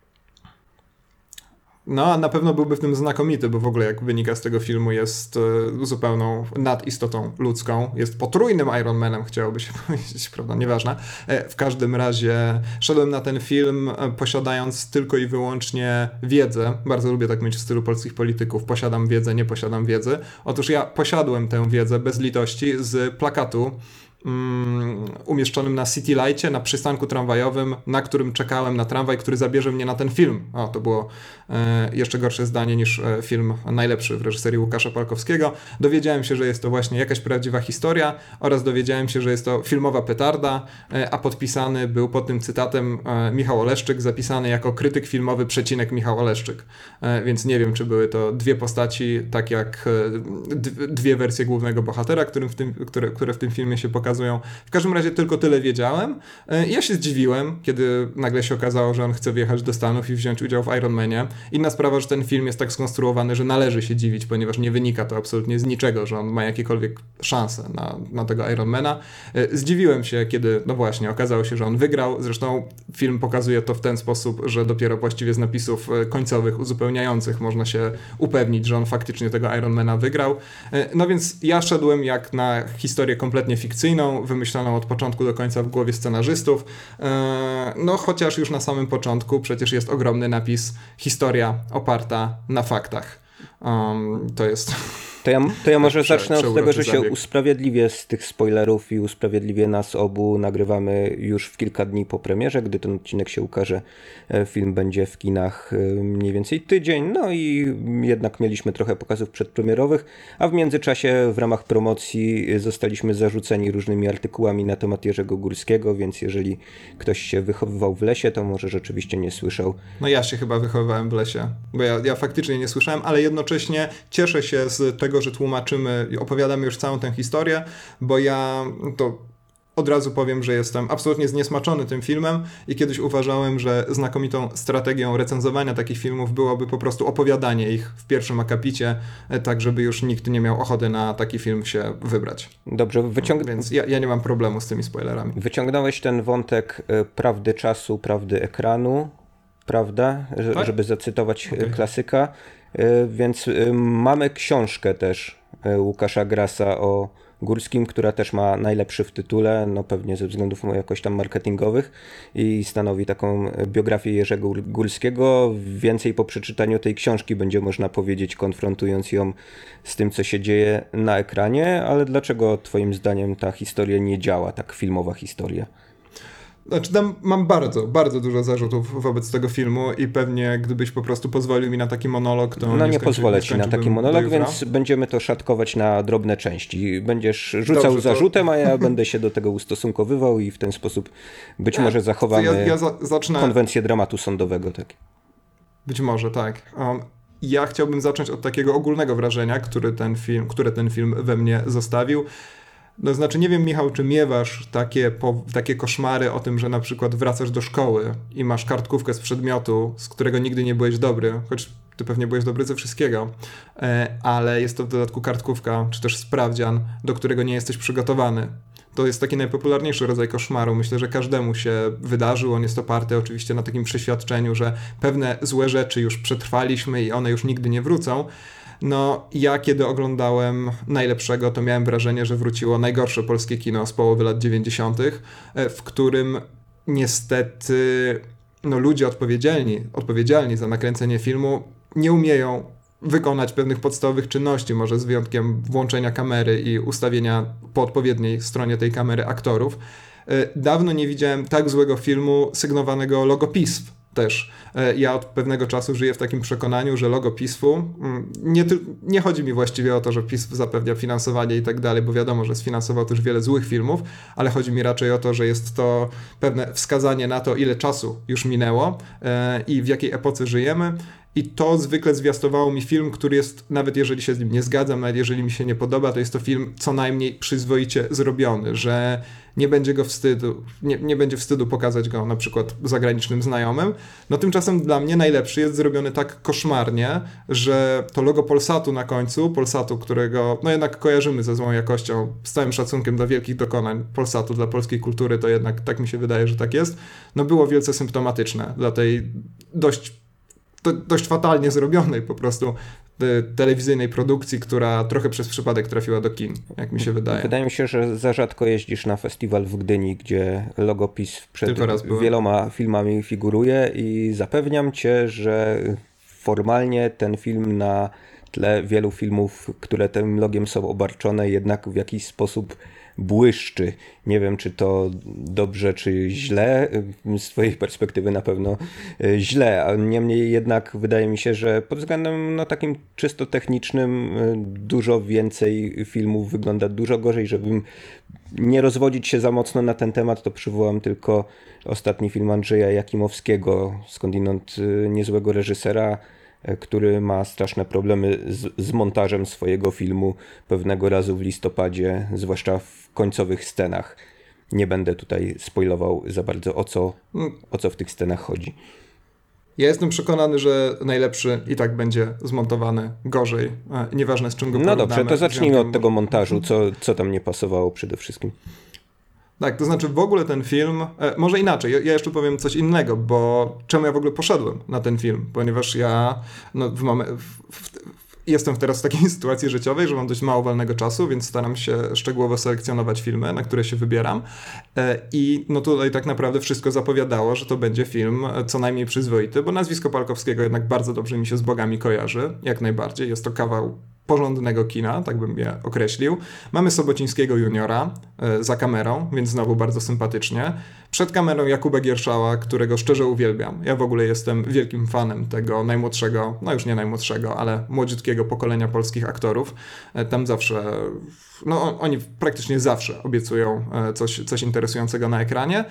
No, a na pewno byłby w tym znakomity, bo w ogóle jak wynika z tego filmu jest e, zupełną nadistotą ludzką. Jest potrójnym Iron Manem, chciałoby się powiedzieć, prawda? Nieważne. E, w każdym razie szedłem na ten film e, posiadając tylko i wyłącznie wiedzę. Bardzo lubię tak mieć w stylu polskich polityków. Posiadam wiedzę, nie posiadam wiedzy. Otóż ja posiadłem tę wiedzę bez litości z plakatu Um, umieszczonym na City Lightie, na przystanku tramwajowym, na którym czekałem na tramwaj, który zabierze mnie na ten film. O, to było e, jeszcze gorsze zdanie niż e, film najlepszy w reżyserii Łukasza Palkowskiego. Dowiedziałem się, że jest to właśnie jakaś prawdziwa historia oraz dowiedziałem się, że jest to filmowa petarda, e, a podpisany był pod tym cytatem e, Michał Oleszczyk, zapisany jako krytyk filmowy przecinek Michał Oleszczyk. E, więc nie wiem, czy były to dwie postaci, tak jak e, d- dwie wersje głównego bohatera, którym w tym, które, które w tym filmie się pokazują. W każdym razie tylko tyle wiedziałem. Ja się zdziwiłem, kiedy nagle się okazało, że on chce wjechać do Stanów i wziąć udział w Ironmanie. Inna sprawa, że ten film jest tak skonstruowany, że należy się dziwić, ponieważ nie wynika to absolutnie z niczego, że on ma jakiekolwiek szanse na, na tego Ironmana. Zdziwiłem się, kiedy, no właśnie, okazało się, że on wygrał. Zresztą film pokazuje to w ten sposób, że dopiero właściwie z napisów końcowych, uzupełniających można się upewnić, że on faktycznie tego Ironmana wygrał. No więc ja szedłem jak na historię kompletnie fikcyjną, wymyśloną od początku do końca w głowie scenarzystów. No chociaż już na samym początku przecież jest ogromny napis historia oparta na faktach. Um, to jest... To ja, to ja może prze, zacznę od tego, że się usprawiedliwię z tych spoilerów i usprawiedliwię nas obu. Nagrywamy już w kilka dni po premierze. Gdy ten odcinek się ukaże, film będzie w kinach mniej więcej tydzień. No i jednak mieliśmy trochę pokazów przedpremierowych, a w międzyczasie w ramach promocji zostaliśmy zarzuceni różnymi artykułami na temat Jerzego Górskiego, więc jeżeli ktoś się wychowywał w lesie, to może rzeczywiście nie słyszał. No ja się chyba wychowywałem w lesie, bo ja, ja faktycznie nie słyszałem, ale jednocześnie cieszę się z tego, że tłumaczymy i opowiadamy już całą tę historię, bo ja to od razu powiem, że jestem absolutnie zniesmaczony tym filmem i kiedyś uważałem, że znakomitą strategią recenzowania takich filmów byłoby po prostu opowiadanie ich w pierwszym akapicie, tak żeby już nikt nie miał ochoty na taki film się wybrać. Dobrze, wyciąg... Więc ja, ja nie mam problemu z tymi spoilerami. Wyciągnąłeś ten wątek prawdy czasu, prawdy ekranu, prawda? Tak? Żeby zacytować okay. klasyka. Więc mamy książkę też Łukasza Grasa o Górskim, która też ma najlepszy w tytule, no pewnie ze względów jakoś tam marketingowych i stanowi taką biografię Jerzego Górskiego. Więcej po przeczytaniu tej książki będzie można powiedzieć, konfrontując ją z tym, co się dzieje na ekranie, ale dlaczego twoim zdaniem ta historia nie działa, tak filmowa historia? Znaczy tam mam bardzo, bardzo dużo zarzutów wobec tego filmu i pewnie gdybyś po prostu pozwolił mi na taki monolog, to No nie, nie pozwolę ci na taki monolog, więc będziemy to szatkować na drobne części. Będziesz rzucał Dobrze, zarzutem, to... a ja będę się do tego ustosunkowywał i w ten sposób być może zachowamy ja, ja za, zacznę... konwencję dramatu sądowego. Tak. Być może, tak. Um, ja chciałbym zacząć od takiego ogólnego wrażenia, który ten film, które ten film we mnie zostawił. No znaczy nie wiem, Michał, czy miewasz takie, po, takie koszmary o tym, że na przykład wracasz do szkoły i masz kartkówkę z przedmiotu, z którego nigdy nie byłeś dobry, choć ty pewnie byłeś dobry ze wszystkiego, ale jest to w dodatku kartkówka, czy też sprawdzian, do którego nie jesteś przygotowany. To jest taki najpopularniejszy rodzaj koszmaru. Myślę, że każdemu się wydarzył. On jest oparty oczywiście na takim przeświadczeniu, że pewne złe rzeczy już przetrwaliśmy i one już nigdy nie wrócą. No, ja kiedy oglądałem Najlepszego, to miałem wrażenie, że wróciło najgorsze polskie kino z połowy lat dziewięćdziesiątych, w którym niestety no, ludzie odpowiedzialni, odpowiedzialni za nakręcenie filmu nie umieją wykonać pewnych podstawowych czynności, może z wyjątkiem włączenia kamery i ustawienia po odpowiedniej stronie tej kamery aktorów. Dawno nie widziałem tak złego filmu sygnowanego logo P I S W. Też. Ja od pewnego czasu żyję w takim przekonaniu, że logo P I S W-u, nie, nie chodzi mi właściwie o to, że P I S W zapewnia finansowanie i tak dalej, bo wiadomo, że sfinansował też wiele złych filmów, ale chodzi mi raczej o to, że jest to pewne wskazanie na to, ile czasu już minęło i w jakiej epoce żyjemy. i to zwykle zwiastowało mi film, który jest, nawet jeżeli się z nim nie zgadzam, nawet jeżeli mi się nie podoba, to jest to film co najmniej przyzwoicie zrobiony, że nie będzie go wstydu, nie, nie będzie wstydu pokazać go na przykład zagranicznym znajomym. No tymczasem dla mnie najlepszy jest zrobiony tak koszmarnie, że to logo Polsatu na końcu, Polsatu, którego no jednak kojarzymy ze złą jakością, z całym szacunkiem do wielkich dokonań Polsatu dla polskiej kultury, to jednak tak mi się wydaje, że tak jest, no było wielce symptomatyczne dla tej dość, do, dość fatalnie zrobionej po prostu telewizyjnej produkcji, która trochę przez przypadek trafiła do kin, jak mi się wydaje. Wydaje mi się, że za rzadko jeździsz na festiwal w Gdyni, gdzie logopis przed wieloma filmami figuruje i zapewniam cię, że formalnie ten film na tle wielu filmów, które tym logiem są obarczone, jednak w jakiś sposób błyszczy. Nie wiem, czy to dobrze, czy źle. Z twojej perspektywy na pewno źle, a niemniej jednak wydaje mi się, że pod względem no, takim czysto technicznym dużo więcej filmów wygląda dużo gorzej. Żebym nie rozwodzić się za mocno na ten temat, to przywołam tylko ostatni film Andrzeja Jakimowskiego, skądinąd niezłego reżysera, który ma straszne problemy z, z montażem swojego filmu pewnego razu w listopadzie, zwłaszcza w końcowych scenach. Nie będę tutaj spoilował za bardzo, o co, o co w tych scenach chodzi. Ja jestem przekonany, że najlepszy i tak będzie zmontowany gorzej. Nieważne z czym go No porównamy. dobrze, to zacznijmy od tego montażu. Co, co tam nie pasowało przede wszystkim? Tak, to znaczy w ogóle ten film, e, może inaczej, ja, ja jeszcze powiem coś innego, bo czemu ja w ogóle poszedłem na ten film, ponieważ ja no, w momen- w, w, jestem teraz w takiej sytuacji życiowej, że mam dość mało wolnego czasu, więc staram się szczegółowo selekcjonować filmy, na które się wybieram e, i no tutaj tak naprawdę wszystko zapowiadało, że to będzie film co najmniej przyzwoity, bo nazwisko Palkowskiego jednak bardzo dobrze mi się z Bogami kojarzy, jak najbardziej, jest to kawał porządnego kina, tak bym je określił. Mamy Sobocińskiego juniora y, za kamerą, więc znowu bardzo sympatycznie. Przed kamerą Jakuba Gierszała, którego szczerze uwielbiam. Ja w ogóle jestem wielkim fanem tego najmłodszego, no już nie najmłodszego, ale młodziutkiego pokolenia polskich aktorów. Y, tam zawsze, no oni praktycznie zawsze obiecują y, coś, coś interesującego na ekranie.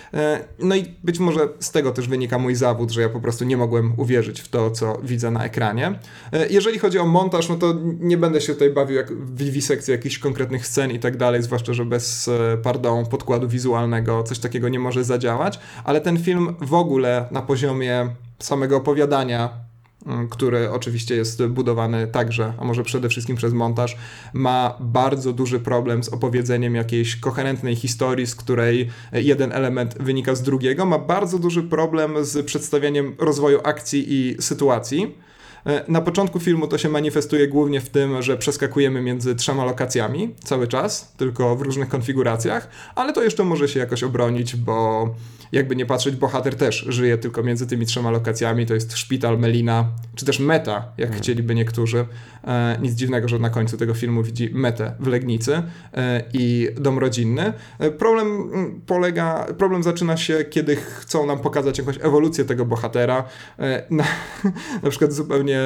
No i być może z tego też wynika mój zawód, że ja po prostu nie mogłem uwierzyć w to, co widzę na ekranie. Jeżeli chodzi o montaż, no to nie będę się tutaj bawił jak w wiwisekcji jakichś konkretnych scen i tak dalej, zwłaszcza, że bez, pardon, podkładu wizualnego coś takiego nie może zadziałać, ale ten film w ogóle na poziomie samego opowiadania, który oczywiście jest budowany także, a może przede wszystkim przez montaż, ma bardzo duży problem z opowiedzeniem jakiejś koherentnej historii, z której jeden element wynika z drugiego. Ma bardzo duży problem z przedstawieniem rozwoju akcji i sytuacji. Na początku filmu to się manifestuje głównie w tym, że przeskakujemy między trzema lokacjami cały czas, tylko w różnych konfiguracjach, ale to jeszcze może się jakoś obronić, bo jakby nie patrzeć, bohater też żyje tylko między tymi trzema lokacjami. To jest szpital, Melina, czy też Meta, jak hmm. chcieliby niektórzy. E, nic dziwnego, że na końcu tego filmu widzi Metę w Legnicy e, i dom rodzinny. E, problem polega, problem zaczyna się, kiedy chcą nam pokazać jakąś ewolucję tego bohatera. E, na, na przykład zupełnie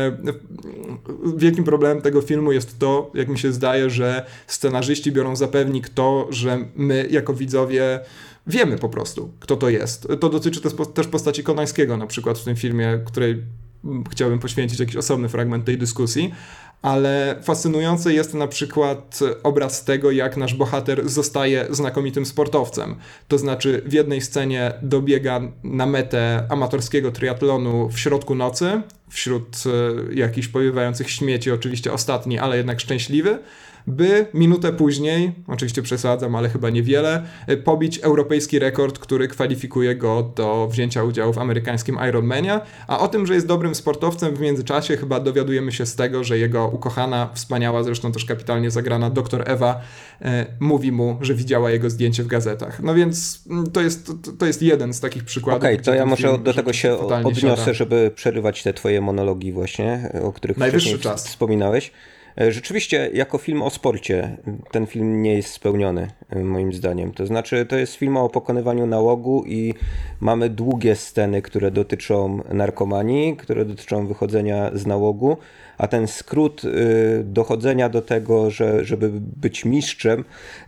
wielkim problemem tego filmu jest to, jak mi się zdaje, że scenarzyści biorą za pewnik to, że my jako widzowie wiemy po prostu, kto to jest. To dotyczy też postaci Konońskiego na przykład w tym filmie, której chciałbym poświęcić jakiś osobny fragment tej dyskusji, ale fascynujący jest na przykład obraz tego, jak nasz bohater zostaje znakomitym sportowcem. To znaczy w jednej scenie dobiega na metę amatorskiego triatlonu w środku nocy, wśród jakichś powiewających śmieci, oczywiście ostatni, ale jednak szczęśliwy, by minutę później, oczywiście przesadzam, ale chyba niewiele, pobić europejski rekord, który kwalifikuje go do wzięcia udziału w amerykańskim Ironmanie, a o tym, że jest dobrym sportowcem w międzyczasie chyba dowiadujemy się z tego, że jego ukochana, wspaniała, zresztą też kapitalnie zagrana doktor Ewa e, mówi mu, że widziała jego zdjęcie w gazetach. No więc to jest, to, to jest jeden z takich przykładów. Okej, okay, to ja może do tego się odniosę, siada. żeby przerywać te twoje monologi właśnie, o których Najwyższy wcześniej czas. wspominałeś. Rzeczywiście, jako film o sporcie, ten film nie jest spełniony, moim zdaniem. To znaczy, to jest film o pokonywaniu nałogu i mamy długie sceny, które dotyczą narkomanii, które dotyczą wychodzenia z nałogu, a ten skrót dochodzenia do tego, że, żeby być mistrzem,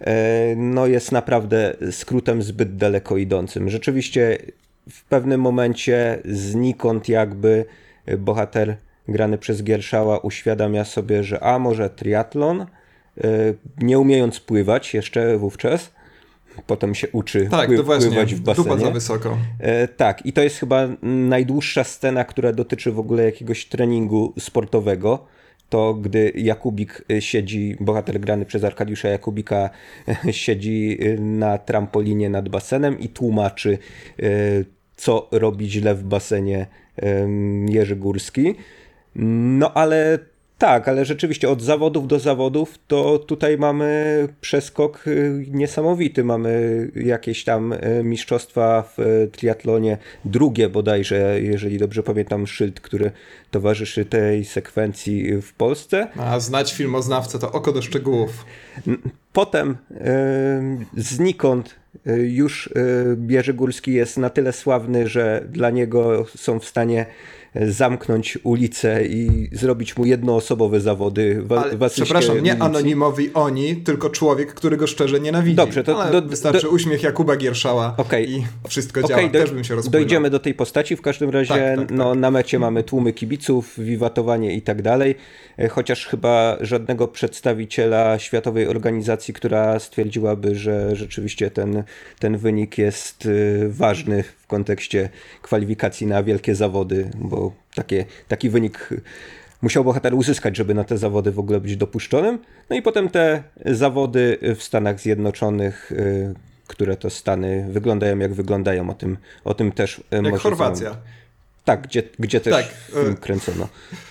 no jest naprawdę skrótem zbyt daleko idącym. Rzeczywiście w pewnym momencie znikąd jakby bohater grany przez Gierszała uświadamia sobie, że a może triatlon, nie umiejąc pływać jeszcze wówczas, potem się uczy tak, pły- to właśnie, pływać w basenie. dupa za wysoko. E, tak, i to jest chyba najdłuższa scena, która dotyczy w ogóle jakiegoś treningu sportowego. To gdy Jakubik siedzi, bohater grany przez Arkadiusza Jakubika siedzi na trampolinie nad basenem i tłumaczy, e, co robi źle w basenie e, Jerzy Górski. No ale tak, ale rzeczywiście od zawodów do zawodów to tutaj mamy przeskok niesamowity. Mamy jakieś tam mistrzostwa w triatlonie, drugie bodajże, jeżeli dobrze pamiętam, szyld, który towarzyszy tej sekwencji w Polsce. A znać filmoznawcę to oko do szczegółów. Potem yy, znikąd już Jerzy Górski jest na tyle sławny, że dla niego są w stanie zamknąć ulicę i zrobić mu jednoosobowe zawody. Wa- Ale, przepraszam, nie milicji. anonimowi oni, tylko człowiek, który go szczerze nienawidzi. Dobrze, to ale do, wystarczy do, uśmiech Jakuba Gierszała okay. i wszystko okay, działa. do, Też bym się rozpłynął. Dojdziemy do tej postaci. W każdym razie tak, tak, no, tak. na mecie mamy tłumy kibiców, wiwatowanie i tak dalej. Chociaż chyba żadnego przedstawiciela światowej organizacji, która stwierdziłaby, że rzeczywiście ten, ten wynik jest ważny w kontekście kwalifikacji na wielkie zawody, bo takie, taki wynik musiał bohater uzyskać, żeby na te zawody w ogóle być dopuszczonym. No i potem te zawody w Stanach Zjednoczonych, które to Stany wyglądają jak wyglądają, o tym, o tym też jak może Chorwacja. Są... Tak, gdzie, gdzie też tak, film kręcono.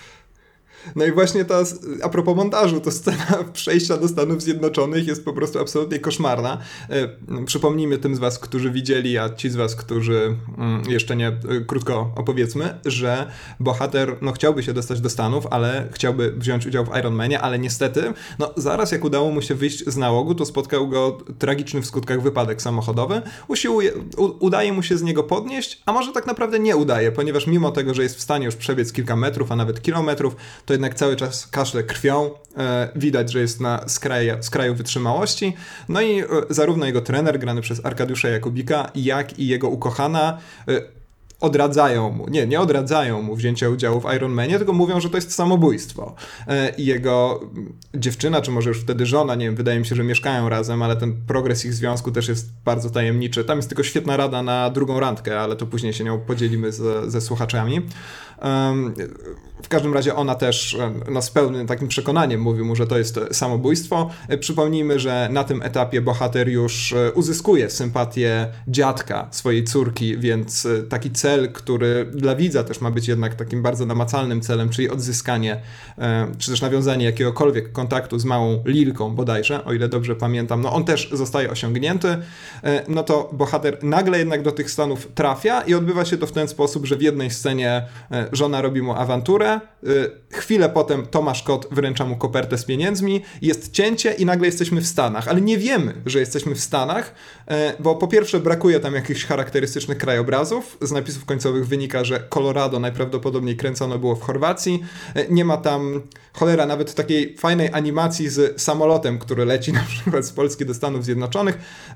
No i właśnie ta, a propos montażu, to scena przejścia do Stanów Zjednoczonych jest po prostu absolutnie koszmarna. E, przypomnijmy tym z was, którzy widzieli, a ci z was, którzy mm, jeszcze nie, e, krótko opowiedzmy, że bohater no, chciałby się dostać do Stanów, ale chciałby wziąć udział w Ironmanie, ale niestety, no zaraz jak udało mu się wyjść z nałogu, to spotkał go tragiczny w skutkach wypadek samochodowy. Usiłuje, u, udaje mu się z niego podnieść, a może tak naprawdę nie udaje, ponieważ mimo tego, że jest w stanie już przebiec kilka metrów, a nawet kilometrów, to jednak cały czas kaszle krwią, e, widać, że jest na skraju, skraju wytrzymałości. No i e, zarówno jego trener, grany przez Arkadiusza Jakubika, jak i jego ukochana e, odradzają mu, nie, nie odradzają mu wzięcia udziału w Ironmanie, tylko mówią, że to jest samobójstwo. E, I jego dziewczyna, czy może już wtedy żona, nie wiem, wydaje mi się, że mieszkają razem, ale ten progres ich związku też jest bardzo tajemniczy. Tam jest tylko świetna rada na drugą randkę, ale to później się nią podzielimy ze, ze słuchaczami. Um, w każdym razie ona też no, z pełnym takim przekonaniem mówi mu, że to jest samobójstwo. Przypomnijmy, że na tym etapie bohater już uzyskuje sympatię dziadka swojej córki, więc taki cel, który dla widza też ma być jednak takim bardzo namacalnym celem, czyli odzyskanie, czy też nawiązanie jakiegokolwiek kontaktu z małą Lilką bodajże, o ile dobrze pamiętam, no on też zostaje osiągnięty, no to bohater nagle jednak do tych Stanów trafia i odbywa się to w ten sposób, że w jednej scenie żona robi mu awanturę, chwilę potem Tomasz Kot wręcza mu kopertę z pieniędzmi, jest cięcie i nagle jesteśmy w Stanach, ale nie wiemy, że jesteśmy w Stanach, bo po pierwsze brakuje tam jakichś charakterystycznych krajobrazów, z napisów końcowych wynika, że Colorado najprawdopodobniej kręcono było w Chorwacji, nie ma tam cholera nawet takiej fajnej animacji z samolotem, który leci na przykład z Polski do Stanów Zjednoczonych.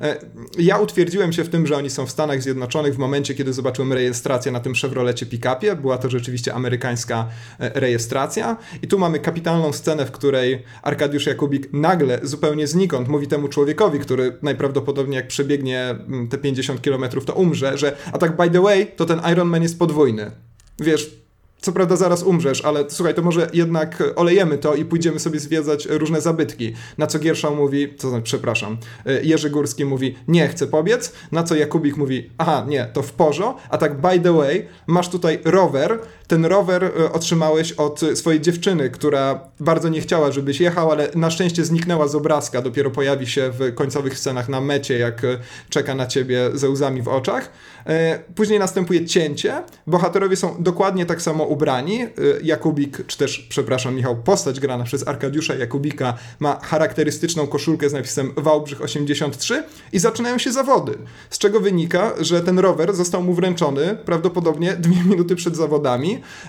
Ja utwierdziłem się w tym, że oni są w Stanach Zjednoczonych w momencie, kiedy zobaczyłem rejestrację na tym Chevrolecie pick-upie, była to rzeczywiście amerykańska rejestracja i tu mamy kapitalną scenę, w której Arkadiusz Jakubik nagle, zupełnie znikąd mówi temu człowiekowi, który najprawdopodobniej jak przebiegnie te pięćdziesiąt kilometrów to umrze, że a tak by the way, to ten Ironman jest podwójny. Wiesz, co prawda zaraz umrzesz, ale słuchaj, to może jednak olejemy to i pójdziemy sobie zwiedzać różne zabytki. Na co Gierszał mówi, co znaczy, przepraszam, Jerzy Górski mówi, nie chcę pobiec, na co Jakubik mówi, aha, nie, to w porządku, a tak by the way, masz tutaj rower, ten rower otrzymałeś od swojej dziewczyny, która bardzo nie chciała, żebyś jechał, ale na szczęście zniknęła z obrazka, dopiero pojawi się w końcowych scenach na mecie, jak czeka na ciebie ze łzami w oczach. Później następuje cięcie, bohaterowie są dokładnie tak samo ubrani, Jakubik, czy też, przepraszam Michał, postać grana przez Arkadiusza Jakubika ma charakterystyczną koszulkę z napisem Wałbrzych osiemdziesiąt trzy i zaczynają się zawody, z czego wynika, że ten rower został mu wręczony prawdopodobnie dwie minuty przed zawodami.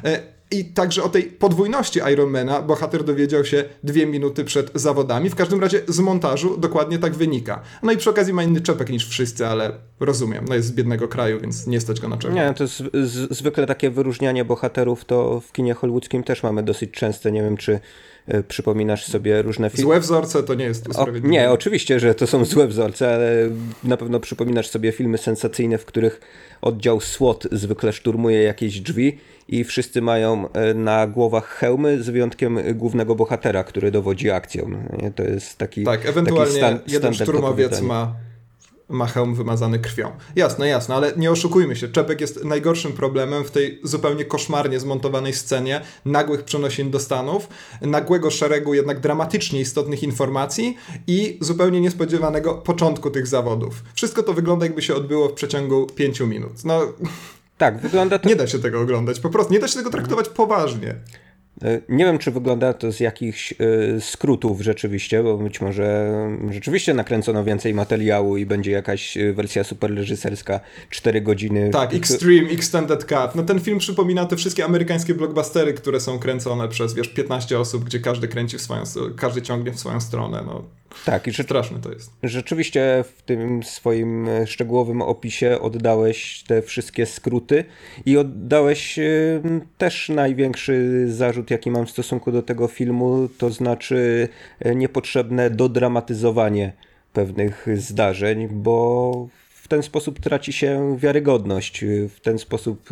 I także o tej podwójności Ironmana bohater dowiedział się dwie minuty przed zawodami. W każdym razie z montażu dokładnie tak wynika. No i przy okazji ma inny czepek niż wszyscy, ale rozumiem. No jest z biednego kraju, więc nie stać go na czepek. Nie, to jest z, zwykle takie wyróżnianie bohaterów to w kinie hollywoodzkim też mamy dosyć częste. Nie wiem, czy y, przypominasz sobie różne filmy. Złe wzorce to nie jest usprawiedliwione. Nie, oczywiście, że to są złe wzorce, ale na pewno przypominasz sobie filmy sensacyjne, w których oddział SWAT zwykle szturmuje jakieś drzwi i wszyscy mają na głowach hełmy z wyjątkiem głównego bohatera, który dowodzi akcją. To jest taki Tak, ewentualnie taki stan, jeden szturmowiec ma, ma hełm wymazany krwią. Jasne, jasne, ale nie oszukujmy się. Czepek jest najgorszym problemem w tej zupełnie koszmarnie zmontowanej scenie nagłych przenosin do Stanów, nagłego szeregu jednak dramatycznie istotnych informacji i zupełnie niespodziewanego początku tych zawodów. Wszystko to wygląda, jakby się odbyło w przeciągu pięciu minut. No... Tak, wygląda to... Nie da się tego oglądać, po prostu nie da się tego traktować poważnie. Nie wiem, czy wygląda to z jakichś y, skrótów rzeczywiście, bo być może rzeczywiście nakręcono więcej materiału i będzie jakaś wersja superreżyserska cztery godziny. Tak, Extreme, Extended Cut. No ten film przypomina te wszystkie amerykańskie blockbustery, które są kręcone przez, wiesz, piętnaście osób, gdzie każdy kręci w swoją, każdy ciągnie w swoją stronę, no. Tak, i że, straszne to jest. Rzeczywiście w tym swoim szczegółowym opisie oddałeś te wszystkie skróty i oddałeś y, też największy zarzut, jaki mam w stosunku do tego filmu, to znaczy niepotrzebne dodramatyzowanie pewnych zdarzeń, bo w ten sposób traci się wiarygodność, w ten sposób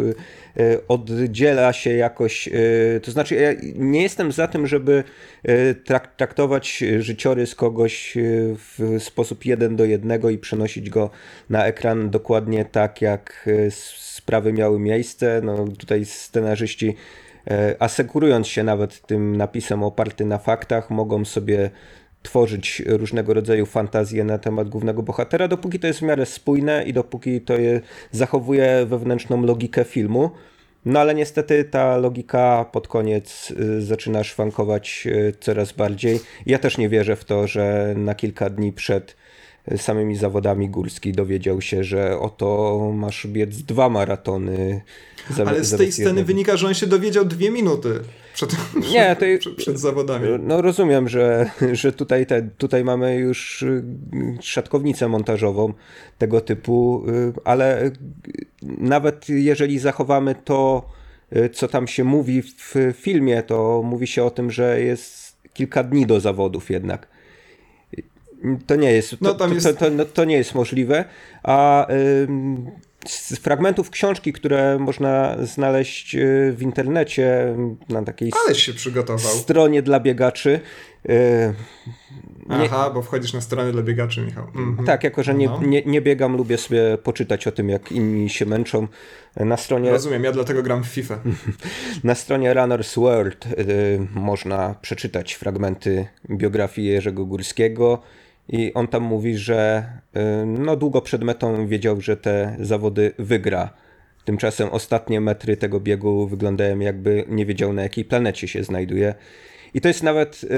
oddziela się jakoś, to znaczy ja nie jestem za tym, żeby traktować życiorys kogoś w sposób jeden do jednego i przenosić go na ekran dokładnie tak, jak sprawy miały miejsce. No tutaj scenarzyści, asekurując się nawet tym napisem oparty na faktach, mogą sobie tworzyć różnego rodzaju fantazje na temat głównego bohatera, dopóki to jest w miarę spójne i dopóki to je zachowuje wewnętrzną logikę filmu. No ale niestety ta logika pod koniec zaczyna szwankować coraz bardziej. Ja też nie wierzę w to, że na kilka dni przed samymi zawodami Górski dowiedział się, że oto masz biec dwa maratony. Ale z tej sceny jednego. Wynika, że on się dowiedział dwie minuty przed, nie, to, przed, przed zawodami. No rozumiem, że, że tutaj, te, tutaj mamy już szatkownicę montażową tego typu, ale nawet jeżeli zachowamy to, co tam się mówi w filmie, to mówi się o tym, że jest kilka dni do zawodów jednak. To nie jest, to, no tam jest... To, to, to, to nie jest możliwe, a ym, z fragmentów książki, które można znaleźć w internecie na takiej Aleś się przygotował. stronie dla biegaczy. Yy, nie... Aha, bo wchodzisz na stronę dla biegaczy, Michał. Mhm. Tak, jako że nie, no. nie, nie biegam, lubię sobie poczytać o tym, jak inni się męczą. Na stronie... Rozumiem, ja dlatego gram w FIFA. Na stronie Runner's World yy, można przeczytać fragmenty biografii Jerzego Górskiego. I on tam mówi, że no, długo przed metą wiedział, że te zawody wygra. Tymczasem ostatnie metry tego biegu wyglądają, jakby nie wiedział, na jakiej planecie się znajduje. I to jest nawet yy,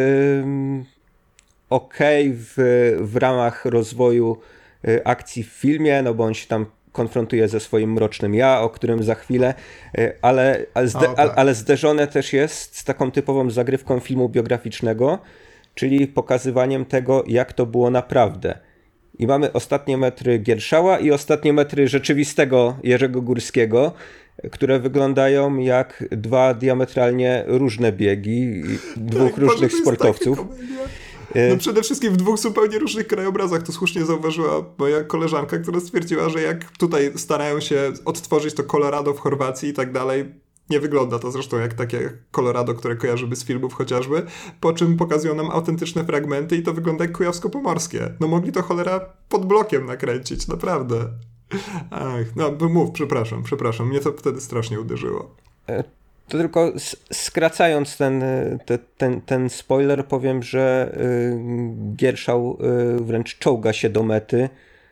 okej okay w, w ramach rozwoju yy, akcji w filmie, no bo on się tam konfrontuje ze swoim mrocznym ja, o którym za chwilę, yy, ale, ale, zde, o, tak. ale zderzone też jest z taką typową zagrywką filmu biograficznego, czyli pokazywaniem tego, jak to było naprawdę. I mamy ostatnie metry Gierszała i ostatnie metry rzeczywistego Jerzego Górskiego, które wyglądają jak dwa diametralnie różne biegi dwóch tak, różnych sportowców. No przede wszystkim w dwóch zupełnie różnych krajobrazach. To słusznie zauważyła moja koleżanka, która stwierdziła, że jak tutaj starają się odtworzyć to Colorado w Chorwacji i tak dalej, nie wygląda to zresztą jak takie Colorado, które kojarzymy z filmów chociażby, po czym pokazują nam autentyczne fragmenty i to wygląda jak kujawsko-pomorskie. No mogli to cholera pod blokiem nakręcić, naprawdę. Ach, no mów, przepraszam, przepraszam, mnie to wtedy strasznie uderzyło. To tylko skracając ten, ten, ten, ten spoiler, powiem, że Gierszał wręcz czołga się do mety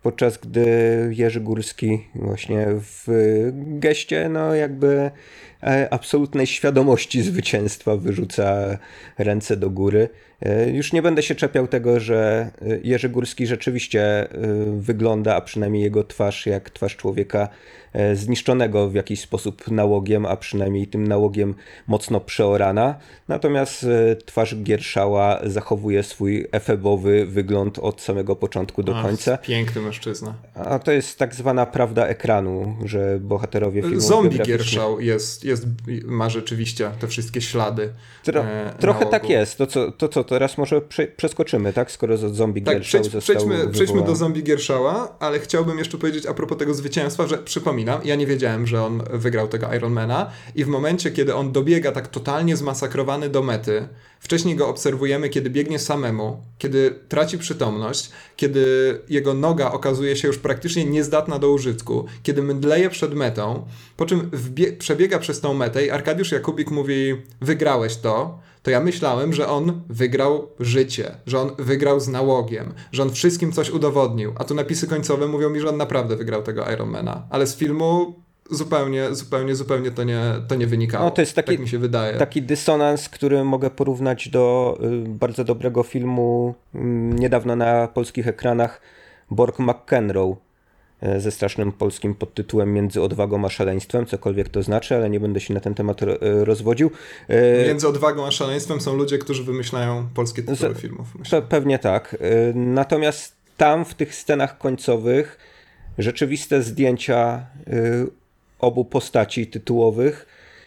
podczas gdy Jerzy Górski właśnie w geście no jakby absolutnej świadomości zwycięstwa wyrzuca ręce do góry. Już nie będę się czepiał tego, że Jerzy Górski rzeczywiście wygląda, a przynajmniej jego twarz, jak twarz człowieka zniszczonego w jakiś sposób nałogiem, a przynajmniej tym nałogiem mocno przeorana. Natomiast twarz Gierszała zachowuje swój efebowy wygląd od samego początku do Ach, końca. Piękny mężczyzna. A to jest tak zwana prawda ekranu, że bohaterowie filmów Zombie Gierszał jest, jest, ma rzeczywiście te wszystkie ślady. Tro, e, trochę nałogu. tak jest. To co, to co teraz może prze, przeskoczymy, tak? Skoro Zombie Tak, Gierszał przejdź, został przejdźmy, przejdźmy do wywołany. Zombie Gierszała, ale chciałbym jeszcze powiedzieć a propos tego zwycięstwa, że przypominam, ja nie wiedziałem, że on wygrał tego Ironmana i w momencie, kiedy on dobiega tak totalnie zmasakrowany do mety, wcześniej go obserwujemy, kiedy biegnie samemu, kiedy traci przytomność, kiedy jego noga okazuje się już praktycznie niezdatna do użytku, kiedy mdleje przed metą, po czym wbie- przebiega przez tą metę i Arkadiusz Jakubik mówi, wygrałeś to, to ja myślałem, że on wygrał życie, że on wygrał z nałogiem, że on wszystkim coś udowodnił, a tu napisy końcowe mówią mi, że on naprawdę wygrał tego Ironmana, ale z filmu zupełnie, zupełnie, zupełnie to nie, to nie wynikało. No, to jest taki, tak mi się wydaje. Taki dysonans, który mogę porównać do y, bardzo dobrego filmu y, niedawno na polskich ekranach Borg McEnroe y, ze strasznym polskim podtytułem Między odwagą a szaleństwem, cokolwiek to znaczy, ale nie będę się na ten temat y, rozwodził. Y, Między odwagą a szaleństwem są ludzie, którzy wymyślają polskie tytuły z, filmów. Myślę. Pe- pewnie tak. Y, natomiast tam w tych scenach końcowych rzeczywiste zdjęcia y, obu postaci tytułowych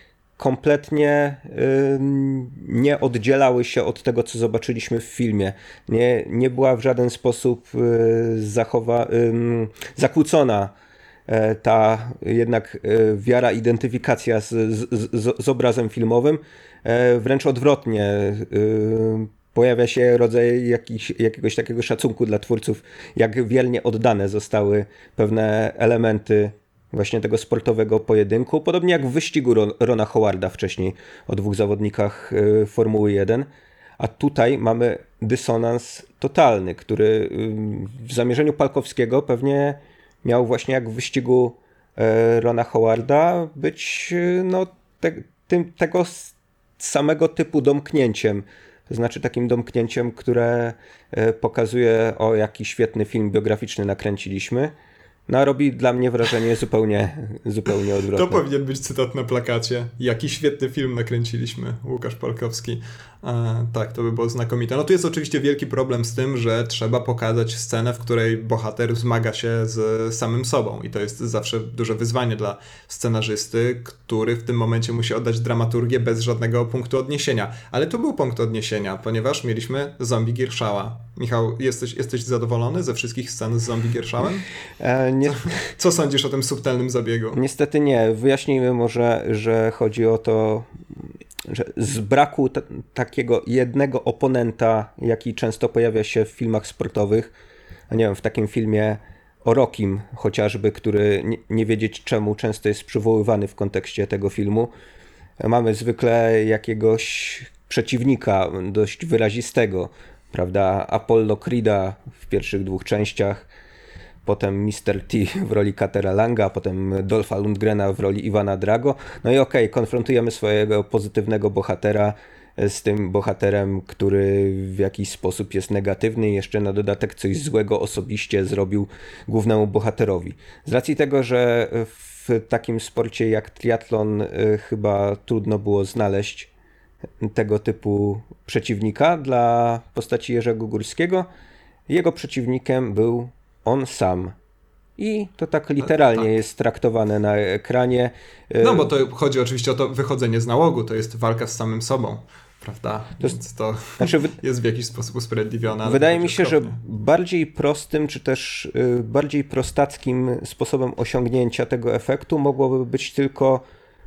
kompletnie y, nie oddzielały się od tego, co zobaczyliśmy w filmie. Nie, nie była w żaden sposób y, zachowa, y, zakłócona y, ta jednak y, wiara, identyfikacja z, z, z, z obrazem filmowym. Y, wręcz odwrotnie. Y, Pojawia się rodzaj jakiś, jakiegoś takiego szacunku dla twórców, jak wiernie oddane zostały pewne elementy właśnie tego sportowego pojedynku. Podobnie jak w wyścigu Rona Howarda wcześniej o dwóch zawodnikach Formuły jeden. A tutaj mamy dysonans totalny, który w zamierzeniu Palkowskiego pewnie miał właśnie jak w wyścigu Rona Howarda być no, te, tym, tego samego typu domknięciem. To znaczy takim domknięciem, które pokazuje, o jaki świetny film biograficzny nakręciliśmy. No, robi dla mnie wrażenie zupełnie, zupełnie odwrotne. To powinien być cytat na plakacie. Jaki świetny film nakręciliśmy, Łukasz Palkowski. E, tak, to by było znakomite. No tu jest oczywiście wielki problem z tym, że trzeba pokazać scenę, w której bohater zmaga się z samym sobą i to jest zawsze duże wyzwanie dla scenarzysty, który w tym momencie musi oddać dramaturgię bez żadnego punktu odniesienia. Ale tu był punkt odniesienia, ponieważ mieliśmy Zombie Gierszała. Michał, jesteś, jesteś zadowolony ze wszystkich scen z Zombie Gierszałem? E, nie... Co, co sądzisz o tym subtelnym zabiegu? Niestety nie. Wyjaśnijmy może, że chodzi o to, że z braku t- takiego jednego oponenta, jaki często pojawia się w filmach sportowych, nie wiem, w takim filmie o Rockim chociażby, który nie, nie wiedzieć czemu często jest przywoływany w kontekście tego filmu, mamy zwykle jakiegoś przeciwnika dość wyrazistego, prawda? Apollo Creeda w pierwszych dwóch częściach, potem mister T w roli Cartera Langa, potem Dolpha Lundgrena w roli Iwana Drago. No i okej, okay, konfrontujemy swojego pozytywnego bohatera z tym bohaterem, który w jakiś sposób jest negatywny i jeszcze na dodatek coś złego osobiście zrobił głównemu bohaterowi. Z racji tego, że w takim sporcie jak triatlon chyba trudno było znaleźć tego typu przeciwnika dla postaci Jerzego Górskiego, jego przeciwnikiem był on sam. I to tak literalnie tak. jest traktowane na ekranie. No bo to chodzi oczywiście o to wychodzenie z nałogu, to jest walka z samym sobą, prawda? To, Więc to znaczy, jest w jakiś sposób usprawiedliwione. Wydaje mi się, okropnie. że bardziej prostym, czy też bardziej prostackim sposobem osiągnięcia tego efektu mogłoby być tylko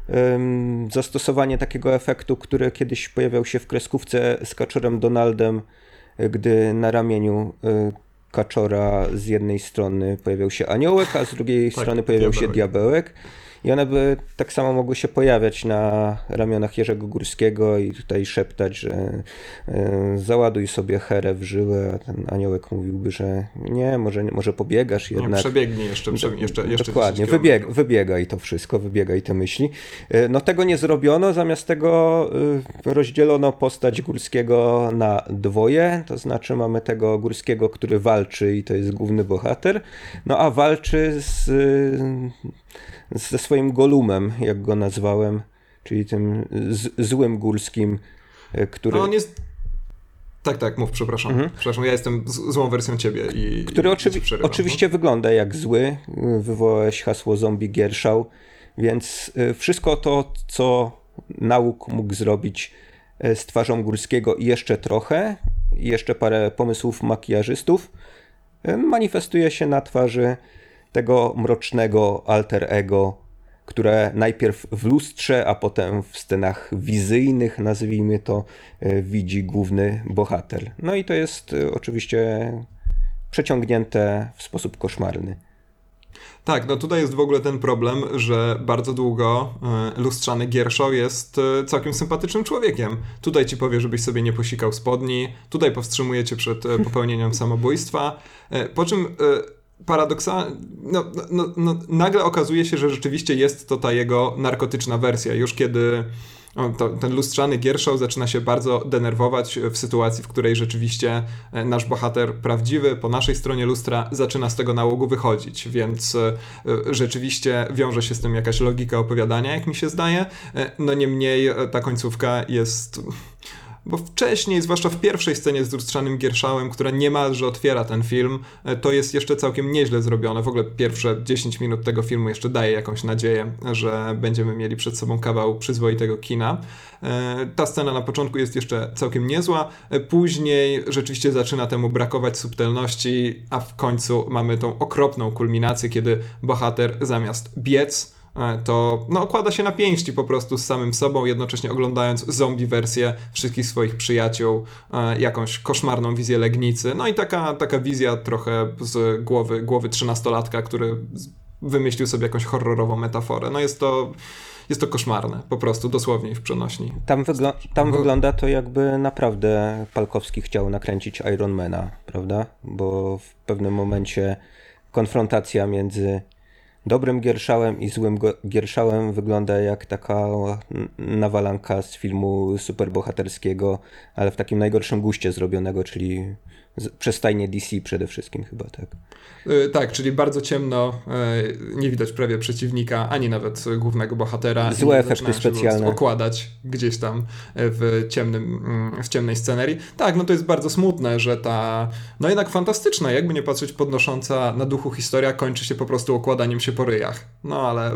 um, zastosowanie takiego efektu, który kiedyś pojawiał się w kreskówce z Kaczorem Donaldem, gdy na ramieniu Kaczora z jednej strony pojawiał się aniołek, a z drugiej tak, strony pojawiał diabełek. się diabełek. i one by tak samo mogły się pojawiać na ramionach Jerzego Górskiego i tutaj szeptać, że y, załaduj sobie herę w żyłę, a ten aniołek mówiłby, że nie, może, może pobiegasz jednak. Nie, przebiegnij jeszcze, prze, jeszcze, jeszcze Dokładnie, wybieg, wybiegaj to wszystko, wybiegaj te myśli. Y, no tego nie zrobiono, zamiast tego y, rozdzielono postać Górskiego na dwoje, to znaczy mamy tego Górskiego, który walczy i to jest główny bohater, no a walczy z, ze swoim Golumem, jak go nazwałem, czyli tym z, złym Górskim, który... No on jest... Tak, tak, mów, przepraszam. Mhm. Przepraszam, ja jestem z, złą wersją ciebie i... Który i oczywi- oczywiście no? wygląda jak zły, wywołałeś hasło zombie Gierszał, więc wszystko to, co nauk mógł zrobić z twarzą Górskiego i jeszcze trochę, i jeszcze parę pomysłów makijażystów, manifestuje się na twarzy tego mrocznego alter ego, które najpierw w lustrze, a potem w scenach wizyjnych, nazwijmy to, widzi główny bohater. No i to jest oczywiście przeciągnięte w sposób koszmarny. Tak, no tutaj jest w ogóle ten problem, że bardzo długo y, lustrzany Gierszał jest y, całkiem sympatycznym człowiekiem. Tutaj ci powie, żebyś sobie nie posikał spodni, tutaj powstrzymuje cię przed y, popełnieniem samobójstwa, y, po czym y, paradoksalnie, no, no, no, nagle okazuje się, że rzeczywiście jest to ta jego narkotyczna wersja, już kiedy to, ten lustrzany Gierszał zaczyna się bardzo denerwować w sytuacji, w której rzeczywiście nasz bohater prawdziwy po naszej stronie lustra zaczyna z tego nałogu wychodzić, więc rzeczywiście wiąże się z tym jakaś logika opowiadania, jak mi się zdaje. No niemniej ta końcówka jest... Bo wcześniej, zwłaszcza w pierwszej scenie z lustrzanym Gierszałem, która niemalże otwiera ten film, to jest jeszcze całkiem nieźle zrobione. W ogóle pierwsze dziesięć minut tego filmu jeszcze daje jakąś nadzieję, że będziemy mieli przed sobą kawał przyzwoitego kina. Ta scena na początku jest jeszcze całkiem niezła, później rzeczywiście zaczyna temu brakować subtelności, a w końcu mamy tą okropną kulminację, kiedy bohater zamiast biec, to no, okłada się na pięści po prostu z samym sobą, jednocześnie oglądając zombie wersję wszystkich swoich przyjaciół, jakąś koszmarną wizję Legnicy. No i taka, taka wizja trochę z głowy, głowy trzynastolatka, który wymyślił sobie jakąś horrorową metaforę. No jest to... Jest to koszmarne, po prostu, dosłownie w przenośni. Tam, wygl- tam Bo... wygląda to, jakby naprawdę Palkowski chciał nakręcić Ironmana, prawda? Bo w pewnym momencie konfrontacja między dobrym Gierszałem i złym Gierszałem wygląda jak taka nawalanka z filmu superbohaterskiego, ale w takim najgorszym guście zrobionego, czyli przez stajnię D C przede wszystkim chyba, tak? Yy, tak, czyli bardzo ciemno, yy, nie widać prawie przeciwnika, ani nawet głównego bohatera. Złe efekty specjalne. Okładać gdzieś tam w ciemnym, w ciemnej scenerii. Tak, no to jest bardzo smutne, że ta, no jednak fantastyczna, jakby nie patrzeć, podnosząca na duchu historia kończy się po prostu okładaniem się po ryjach. No ale...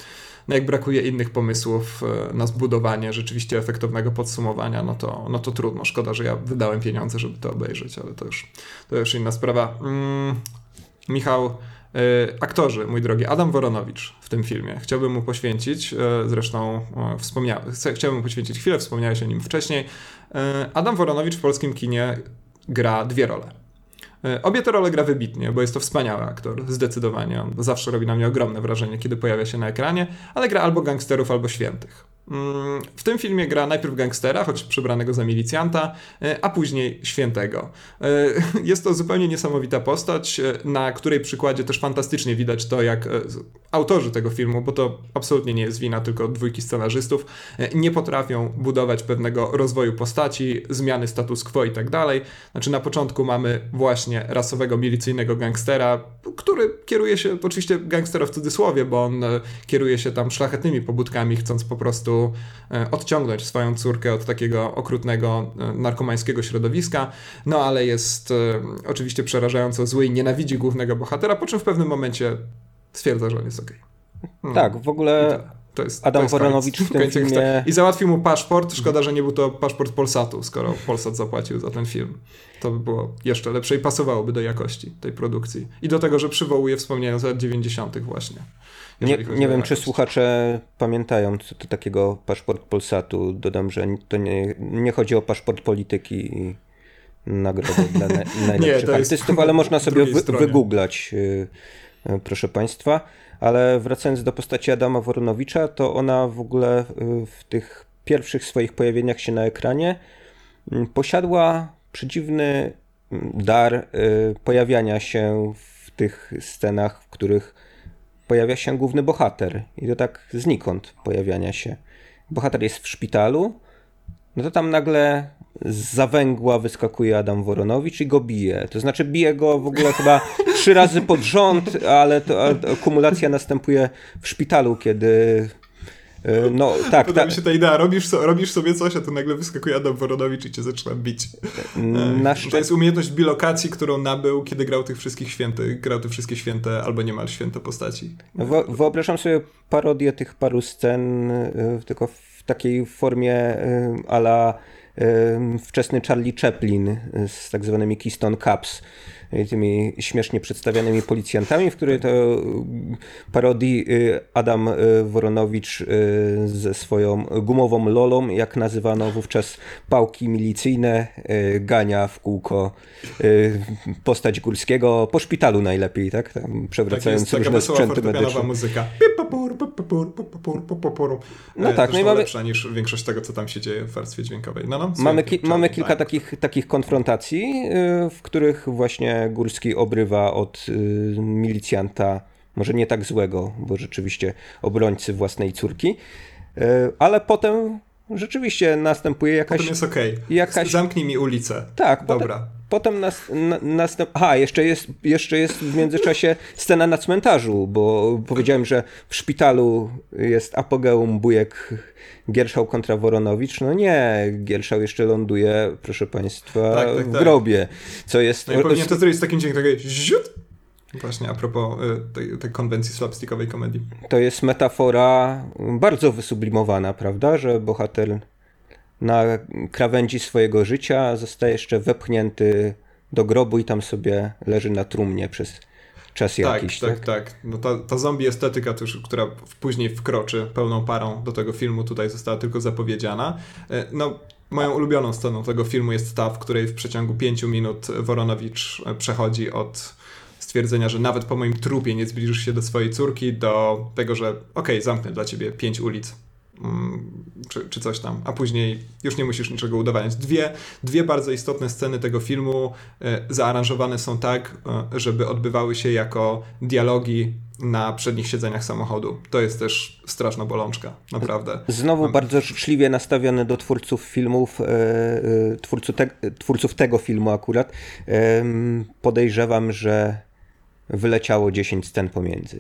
No jak brakuje innych pomysłów na zbudowanie rzeczywiście efektownego podsumowania, no to, no to trudno. Szkoda, że ja wydałem pieniądze, żeby to obejrzeć, ale to już, to już inna sprawa. Mm, Michał, y, aktorzy, mój drogi, Adam Woronowicz w tym filmie. Chciałbym mu poświęcić, y, zresztą y, wspomniałem, chciałbym mu poświęcić chwilę, wspomniałeś o nim wcześniej. Y, Adam Woronowicz w polskim kinie gra dwie role. Obie te role gra wybitnie, bo jest to wspaniały aktor, zdecydowanie. On zawsze robi na mnie ogromne wrażenie, kiedy pojawia się na ekranie, ale gra albo gangsterów, albo świętych. W tym filmie gra najpierw gangstera, choć przebranego za milicjanta, a później świętego. Jest to zupełnie niesamowita postać, na której przykładzie też fantastycznie widać to, jak autorzy tego filmu, bo to absolutnie nie jest wina tylko dwójki scenarzystów, nie potrafią budować pewnego rozwoju postaci, zmiany status quo i tak dalej. Znaczy na początku mamy właśnie rasowego milicyjnego gangstera, który kieruje się, oczywiście gangstera w cudzysłowie, bo on kieruje się tam szlachetnymi pobudkami, chcąc po prostu odciągnąć swoją córkę od takiego okrutnego narkomańskiego środowiska, no ale jest oczywiście przerażająco zły i nienawidzi głównego bohatera, po czym w pewnym momencie stwierdza, że on jest okej. Okay. Tak, w ogóle to jest, Adam to jest Woronowicz koniec, w tym filmie... I załatwił mu paszport, szkoda, że nie był to paszport Polsatu, skoro Polsat zapłacił za ten film. To by było jeszcze lepsze i pasowałoby do jakości tej produkcji. I do tego, że przywołuje wspomnienia z lat dziewięćdziesiątych właśnie. Nie, nie wiem, czy słuchacze pamiętają co to takiego paszport Polsatu. Dodam, że to nie, nie chodzi o paszport polityki i nagrodę dla na, najlepszych nie, artystów, ale można sobie wy, wygooglać proszę Państwa. Ale wracając do postaci Adama Woronowicza, to ona w ogóle w tych pierwszych swoich pojawieniach się na ekranie posiadła przedziwny dar pojawiania się w tych scenach, w których pojawia się główny bohater. I to tak znikąd pojawiania się. Bohater jest w szpitalu, no to tam nagle zza węgła wyskakuje Adam Woronowicz i go bije. To znaczy bije go w ogóle chyba trzy razy pod rząd, ale to, ale to kumulacja następuje w szpitalu, kiedy... No tak. Podoba ta... mi się ta idea, robisz, so, robisz sobie coś, a tu nagle wyskakuje Adam Woronowicz i cię zaczyna bić. Na szczę... To jest umiejętność bilokacji, którą nabył, kiedy grał tych wszystkich świętych, grał te wszystkie święte albo niemal święte postaci. Wo- wyobrażam sobie parodię tych paru scen, tylko w takiej formie a la wczesny Charlie Chaplin z tak zwanymi Keystone Cops, tymi śmiesznie przedstawianymi policjantami, w której to parodii Adam Woronowicz ze swoją gumową lolą, jak nazywano wówczas pałki milicyjne, gania w kółko postać Górskiego, po szpitalu najlepiej, tak? Tam przewracając tak jest, różne sprzęty medyczne. Muzyka. No tak, no i mamy... lepsza niż większość tego, co tam się dzieje w warstwie dźwiękowej. No, no, mamy, ki- mamy kilka takich, takich konfrontacji, w których właśnie Górski obrywa od y, milicjanta, może nie tak złego, bo rzeczywiście obrońcy własnej córki, y, ale potem rzeczywiście następuje jakaś... Potem jest okej. Okay. Jakaś... Zamknij mi ulicę. Tak. Dobra. Potem, potem nas, na, następ... Aha, jeszcze jest, jeszcze jest w międzyczasie scena na cmentarzu, bo powiedziałem, że w szpitalu jest apogeum bujek Gierszał kontra Woronowicz. No nie, Gierszał jeszcze ląduje, proszę Państwa, tak, tak, w grobie. Co jest... No i powinien to zrobić z takim dźwiękiem, taki ziut. Właśnie a propos tej, tej konwencji slapstickowej komedii. To jest metafora bardzo wysublimowana, prawda, że bohater na krawędzi swojego życia zostaje jeszcze wepchnięty do grobu i tam sobie leży na trumnie przez czas tak, jakiś. Tak, tak, tak. No ta, ta zombie estetyka, też, która później wkroczy pełną parą do tego filmu, tutaj została tylko zapowiedziana. No, moją ulubioną sceną tego filmu jest ta, w której w przeciągu pięciu minut Woronowicz przechodzi od stwierdzenia, że nawet po moim trupie nie zbliżysz się do swojej córki, do tego, że okej, okay, zamknę dla ciebie pięć ulic. Czy, czy coś tam, a później już nie musisz niczego udowadniać. Dwie, dwie bardzo istotne sceny tego filmu e, zaaranżowane są tak, e, żeby odbywały się jako dialogi na przednich siedzeniach samochodu. To jest też straszna bolączka, naprawdę. Znowu Mam... bardzo życzliwie nastawiony do twórców filmów, e, e, twórców, te, twórców tego filmu akurat. E, podejrzewam, że wyleciało dziesięć scen pomiędzy.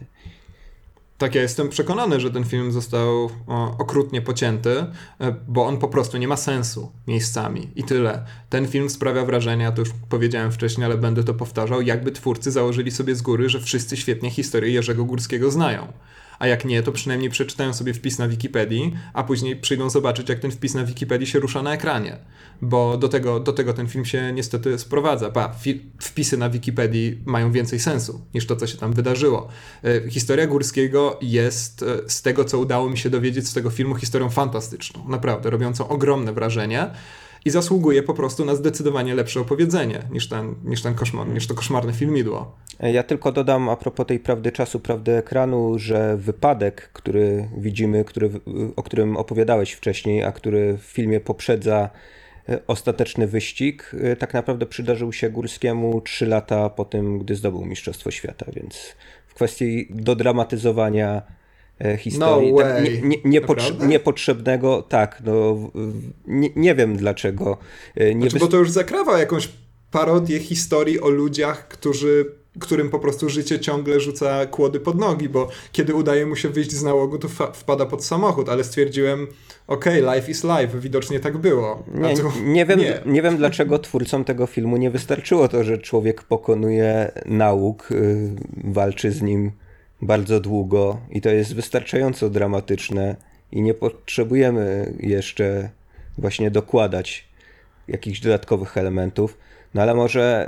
Tak, ja jestem przekonany, że ten film został o, okrutnie pocięty, bo on po prostu nie ma sensu miejscami i tyle. Ten film sprawia wrażenie, ja to już powiedziałem wcześniej, ale będę to powtarzał, jakby twórcy założyli sobie z góry, że wszyscy świetnie historię Jerzego Górskiego znają. A jak nie, to przynajmniej przeczytają sobie wpis na Wikipedii, a później przyjdą zobaczyć, jak ten wpis na Wikipedii się rusza na ekranie. Bo do tego, do tego ten film się niestety sprowadza. Ba, fi- wpisy na Wikipedii mają więcej sensu niż to, co się tam wydarzyło. E, historia Górskiego jest, e, z tego, co udało mi się dowiedzieć z tego filmu, historią fantastyczną. Naprawdę, robiącą ogromne wrażenie. I zasługuje po prostu na zdecydowanie lepsze opowiedzenie niż, ten, niż, ten koszmar, niż to koszmarne filmidło. Ja tylko dodam a propos tej prawdy czasu, prawdy ekranu, że wypadek, który widzimy, który, o którym opowiadałeś wcześniej, a który w filmie poprzedza ostateczny wyścig, tak naprawdę przydarzył się Górskiemu trzy lata po tym, gdy zdobył Mistrzostwo Świata, więc w kwestii dodramatyzowania historii, no tak, nie, nie, niepotrze- niepotrzebnego, tak, no, nie, nie wiem dlaczego. Nie znaczy, wys- bo to już zakrawa jakąś parodię historii o ludziach, którzy, którym po prostu życie ciągle rzuca kłody pod nogi, bo kiedy udaje mu się wyjść z nałogu, to fa- wpada pod samochód, ale stwierdziłem, okej, okay, life is life, widocznie tak było. Nie, tu... nie, wiem, nie. nie wiem, dlaczego twórcom tego filmu nie wystarczyło to, że człowiek pokonuje nałóg, yy, walczy z nim bardzo długo i to jest wystarczająco dramatyczne i nie potrzebujemy jeszcze właśnie dokładać jakichś dodatkowych elementów. No ale może,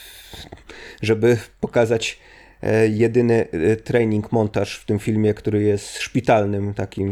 żeby pokazać jedyny training montaż w tym filmie, który jest szpitalnym takim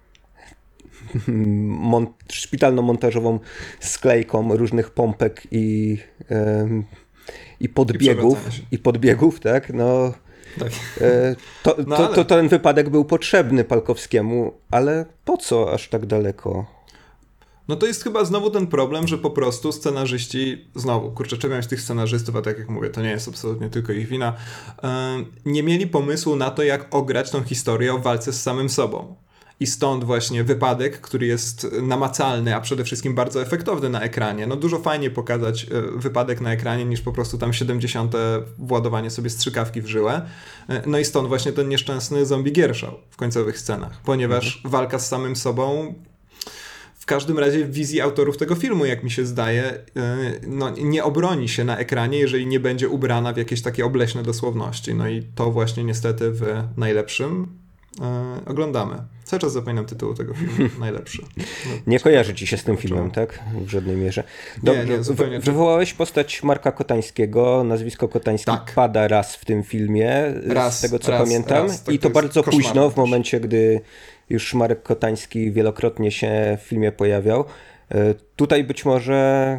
mon- szpitalno-montażową sklejką różnych pompek i, i podbiegów, i podbiegów, tak, no Tak. To, no to, ale... to ten wypadek był potrzebny Palkowskiemu, ale po co aż tak daleko? No to jest chyba znowu ten problem, że po prostu scenarzyści, znowu, kurczę, czepiam się tych scenarzystów, a tak jak mówię, to nie jest absolutnie tylko ich wina, yy, nie mieli pomysłu na to, jak ograć tą historię o walce z samym sobą. I stąd właśnie wypadek, który jest namacalny, a przede wszystkim bardzo efektowny na ekranie. No dużo fajniej pokazać wypadek na ekranie niż po prostu tam siedemdziesiąte władowanie sobie strzykawki w żyłę. No i stąd właśnie ten nieszczęsny zombie gierszał w końcowych scenach, ponieważ mhm. walka z samym sobą w każdym razie w wizji autorów tego filmu, jak mi się zdaje, no, nie obroni się na ekranie, jeżeli nie będzie ubrana w jakieś takie obleśne dosłowności. No i to właśnie niestety w najlepszym yy, oglądamy. Cały czas zapominam tytułu tego filmu. Najlepszy. No, nie kojarzy ci się z tym filmem, tak? W żadnej mierze. Dobrze, nie, nie, zupełnie. Wywołałeś postać Marka Kotańskiego. Nazwisko Kotański tak. pada raz w tym filmie, raz, z tego co raz, pamiętam. Raz, tak, I to, to bardzo późno, w momencie, gdy już Marek Kotański wielokrotnie się w filmie pojawiał. Tutaj być może,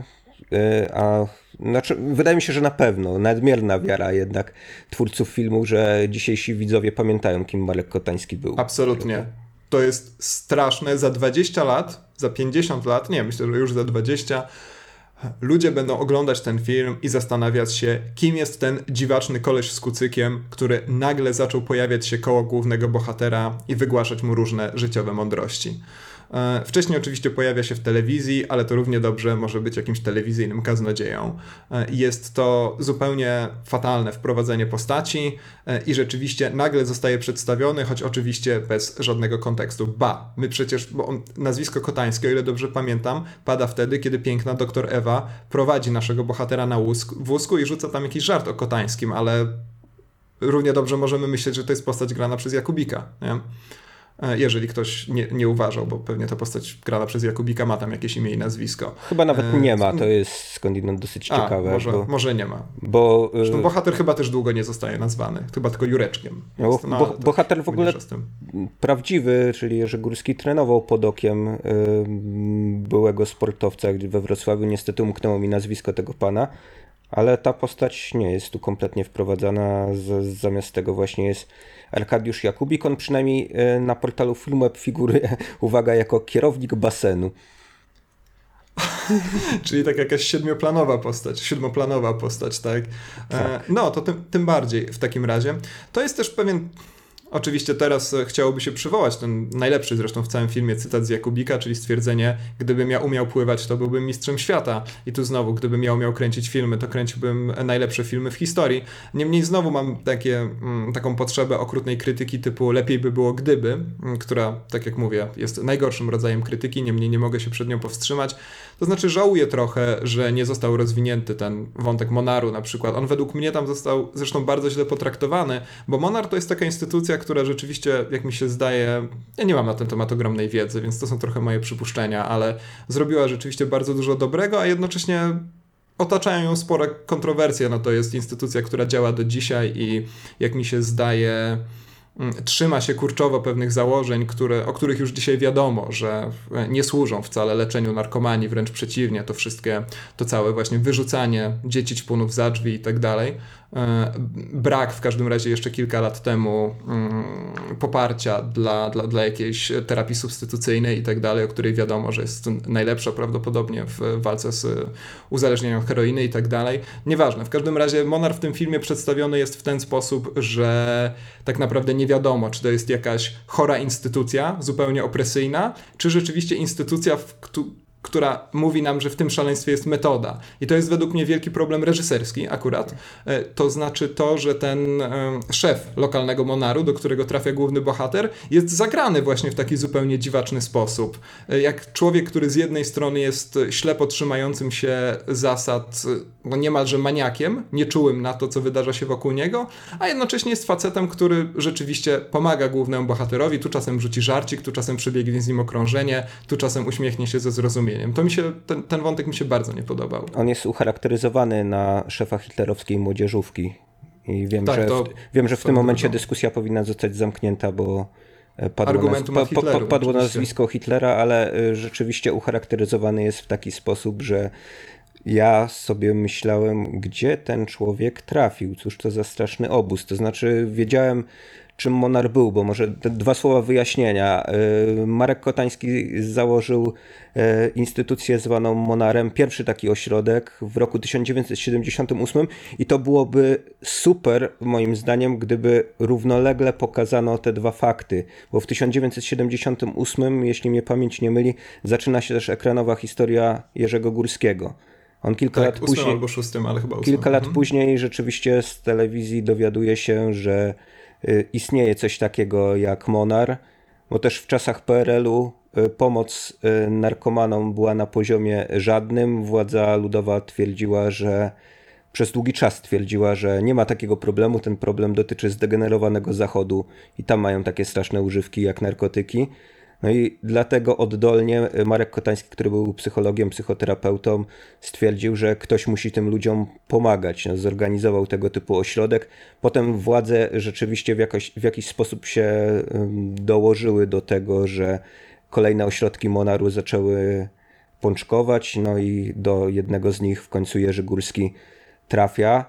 a znaczy, wydaje mi się, że na pewno nadmierna wiara jednak twórców filmu, że dzisiejsi widzowie pamiętają, kim Marek Kotański był. Absolutnie. To jest straszne. Za dwadzieścia lat, za pięćdziesiąt lat, nie, myślę, że już za dwadzieścia, ludzie będą oglądać ten film i zastanawiać się, kim jest ten dziwaczny koleś z kucykiem, który nagle zaczął pojawiać się koło głównego bohatera i wygłaszać mu różne życiowe mądrości. Wcześniej oczywiście pojawia się w telewizji, ale to równie dobrze może być jakimś telewizyjnym kaznodzieją. Jest to zupełnie fatalne wprowadzenie postaci i rzeczywiście nagle zostaje przedstawiony, choć oczywiście bez żadnego kontekstu. Ba, my przecież, bo on, nazwisko Kotańskie, o ile dobrze pamiętam, pada wtedy, kiedy piękna doktor Ewa prowadzi naszego bohatera na wózk, wózku i rzuca tam jakiś żart o Kotańskim, ale równie dobrze możemy myśleć, że to jest postać grana przez Jakubika, nie? Jeżeli ktoś nie, nie uważał, bo pewnie ta postać grana przez Jakubika ma tam jakieś imię i nazwisko. Chyba nawet nie ma, to jest skądinąd dosyć A, ciekawe. Może, bo, może nie ma. Bo, Zresztą bohater chyba też długo nie zostaje nazwany, chyba tylko Jureczkiem. No, no, bo, bohater w ogóle prawdziwy, czyli Jerzy Górski trenował pod okiem y, byłego sportowca we Wrocławiu. Niestety umknęło mi nazwisko tego pana, ale ta postać nie jest tu kompletnie wprowadzana. Z, zamiast tego właśnie jest Arkadiusz Jakubik, on przynajmniej na portalu Filmweb figuruje, uwaga, jako kierownik basenu. Czyli tak jakaś siedmioplanowa postać, siódmoplanowa postać, tak? tak. No, to tym, tym bardziej w takim razie. To jest też pewien... Oczywiście teraz chciałoby się przywołać ten najlepszy zresztą w całym filmie cytat z Jakubika, czyli stwierdzenie, gdybym ja umiał pływać, to byłbym mistrzem świata. I tu znowu, gdybym ja umiał kręcić filmy, to kręciłbym najlepsze filmy w historii. Niemniej znowu mam takie, taką potrzebę okrutnej krytyki typu lepiej by było gdyby, która, tak jak mówię, jest najgorszym rodzajem krytyki, niemniej nie mogę się przed nią powstrzymać. To znaczy żałuję trochę, że nie został rozwinięty ten wątek Monaru na przykład. On według mnie tam został zresztą bardzo źle potraktowany, bo Monar to jest taka instytucja, która rzeczywiście, jak mi się zdaje, ja nie mam na ten temat ogromnej wiedzy, więc to są trochę moje przypuszczenia, ale zrobiła rzeczywiście bardzo dużo dobrego, a jednocześnie otaczają ją spore kontrowersje. No to jest instytucja, która działa do dzisiaj i jak mi się zdaje, trzyma się kurczowo pewnych założeń, które, o których już dzisiaj wiadomo, że nie służą wcale leczeniu narkomanii, wręcz przeciwnie, to wszystkie, to całe właśnie wyrzucanie dzieci ćpunów za drzwi i tak dalej. Brak w każdym razie jeszcze kilka lat temu poparcia dla, dla, dla jakiejś terapii substytucyjnej i tak dalej, o której wiadomo, że jest najlepsza prawdopodobnie w walce z uzależnieniem od heroiny i tak dalej. Nieważne, w każdym razie Monar w tym filmie przedstawiony jest w ten sposób, że tak naprawdę nie wiadomo, czy to jest jakaś chora instytucja, zupełnie opresyjna, czy rzeczywiście instytucja, w której która mówi nam, że w tym szaleństwie jest metoda. I to jest według mnie wielki problem reżyserski akurat. To znaczy to, że ten szef lokalnego Monaru, do którego trafia główny bohater, jest zagrany właśnie w taki zupełnie dziwaczny sposób. Jak człowiek, który z jednej strony jest ślepo trzymającym się zasad, no niemalże maniakiem, nieczułym na to, co wydarza się wokół niego, a jednocześnie jest facetem, który rzeczywiście pomaga głównemu bohaterowi. Tu czasem rzuci żarcik, tu czasem przebiegnie z nim okrążenie, tu czasem uśmiechnie się ze zrozumieniem. To mi się, ten, ten wątek mi się bardzo nie podobał. On jest ucharakteryzowany na szefa hitlerowskiej młodzieżówki. I wiem, tak, że, w, wiem, że w tym momencie dyskusja powinna zostać zamknięta, bo padło, naz, pa, Hitleru, pa, padło nazwisko Hitlera, ale rzeczywiście ucharakteryzowany jest w taki sposób, że ja sobie myślałem, gdzie ten człowiek trafił, cóż to za straszny obóz. To znaczy wiedziałem, czym Monar był, bo może te dwa słowa wyjaśnienia. Marek Kotański założył instytucję zwaną Monarem, pierwszy taki ośrodek w roku tysiąc dziewięćset siedemdziesiątym ósmym i to byłoby super, moim zdaniem, gdyby równolegle pokazano te dwa fakty, bo w tysiąc dziewięćset siedemdziesiątym ósmym, jeśli mnie pamięć nie myli, zaczyna się też ekranowa historia Jerzego Górskiego. On kilka tak, lat ósmym później, albo szóstym, ale chyba ósmym. kilka lat mhm. później rzeczywiście z telewizji dowiaduje się, że istnieje coś takiego jak Monar, bo też w czasach P R L-u pomoc narkomanom była na poziomie żadnym. Władza ludowa twierdziła, że przez długi czas twierdziła, że nie ma takiego problemu, ten problem dotyczy zdegenerowanego Zachodu i tam mają takie straszne używki jak narkotyki. No i dlatego oddolnie Marek Kotański, który był psychologiem, psychoterapeutą, stwierdził, że ktoś musi tym ludziom pomagać. No, zorganizował tego typu ośrodek. Potem władze rzeczywiście w, jakoś, w jakiś sposób się dołożyły do tego, że kolejne ośrodki Monaru zaczęły pączkować, no i do jednego z nich w końcu Jerzy Górski trafia.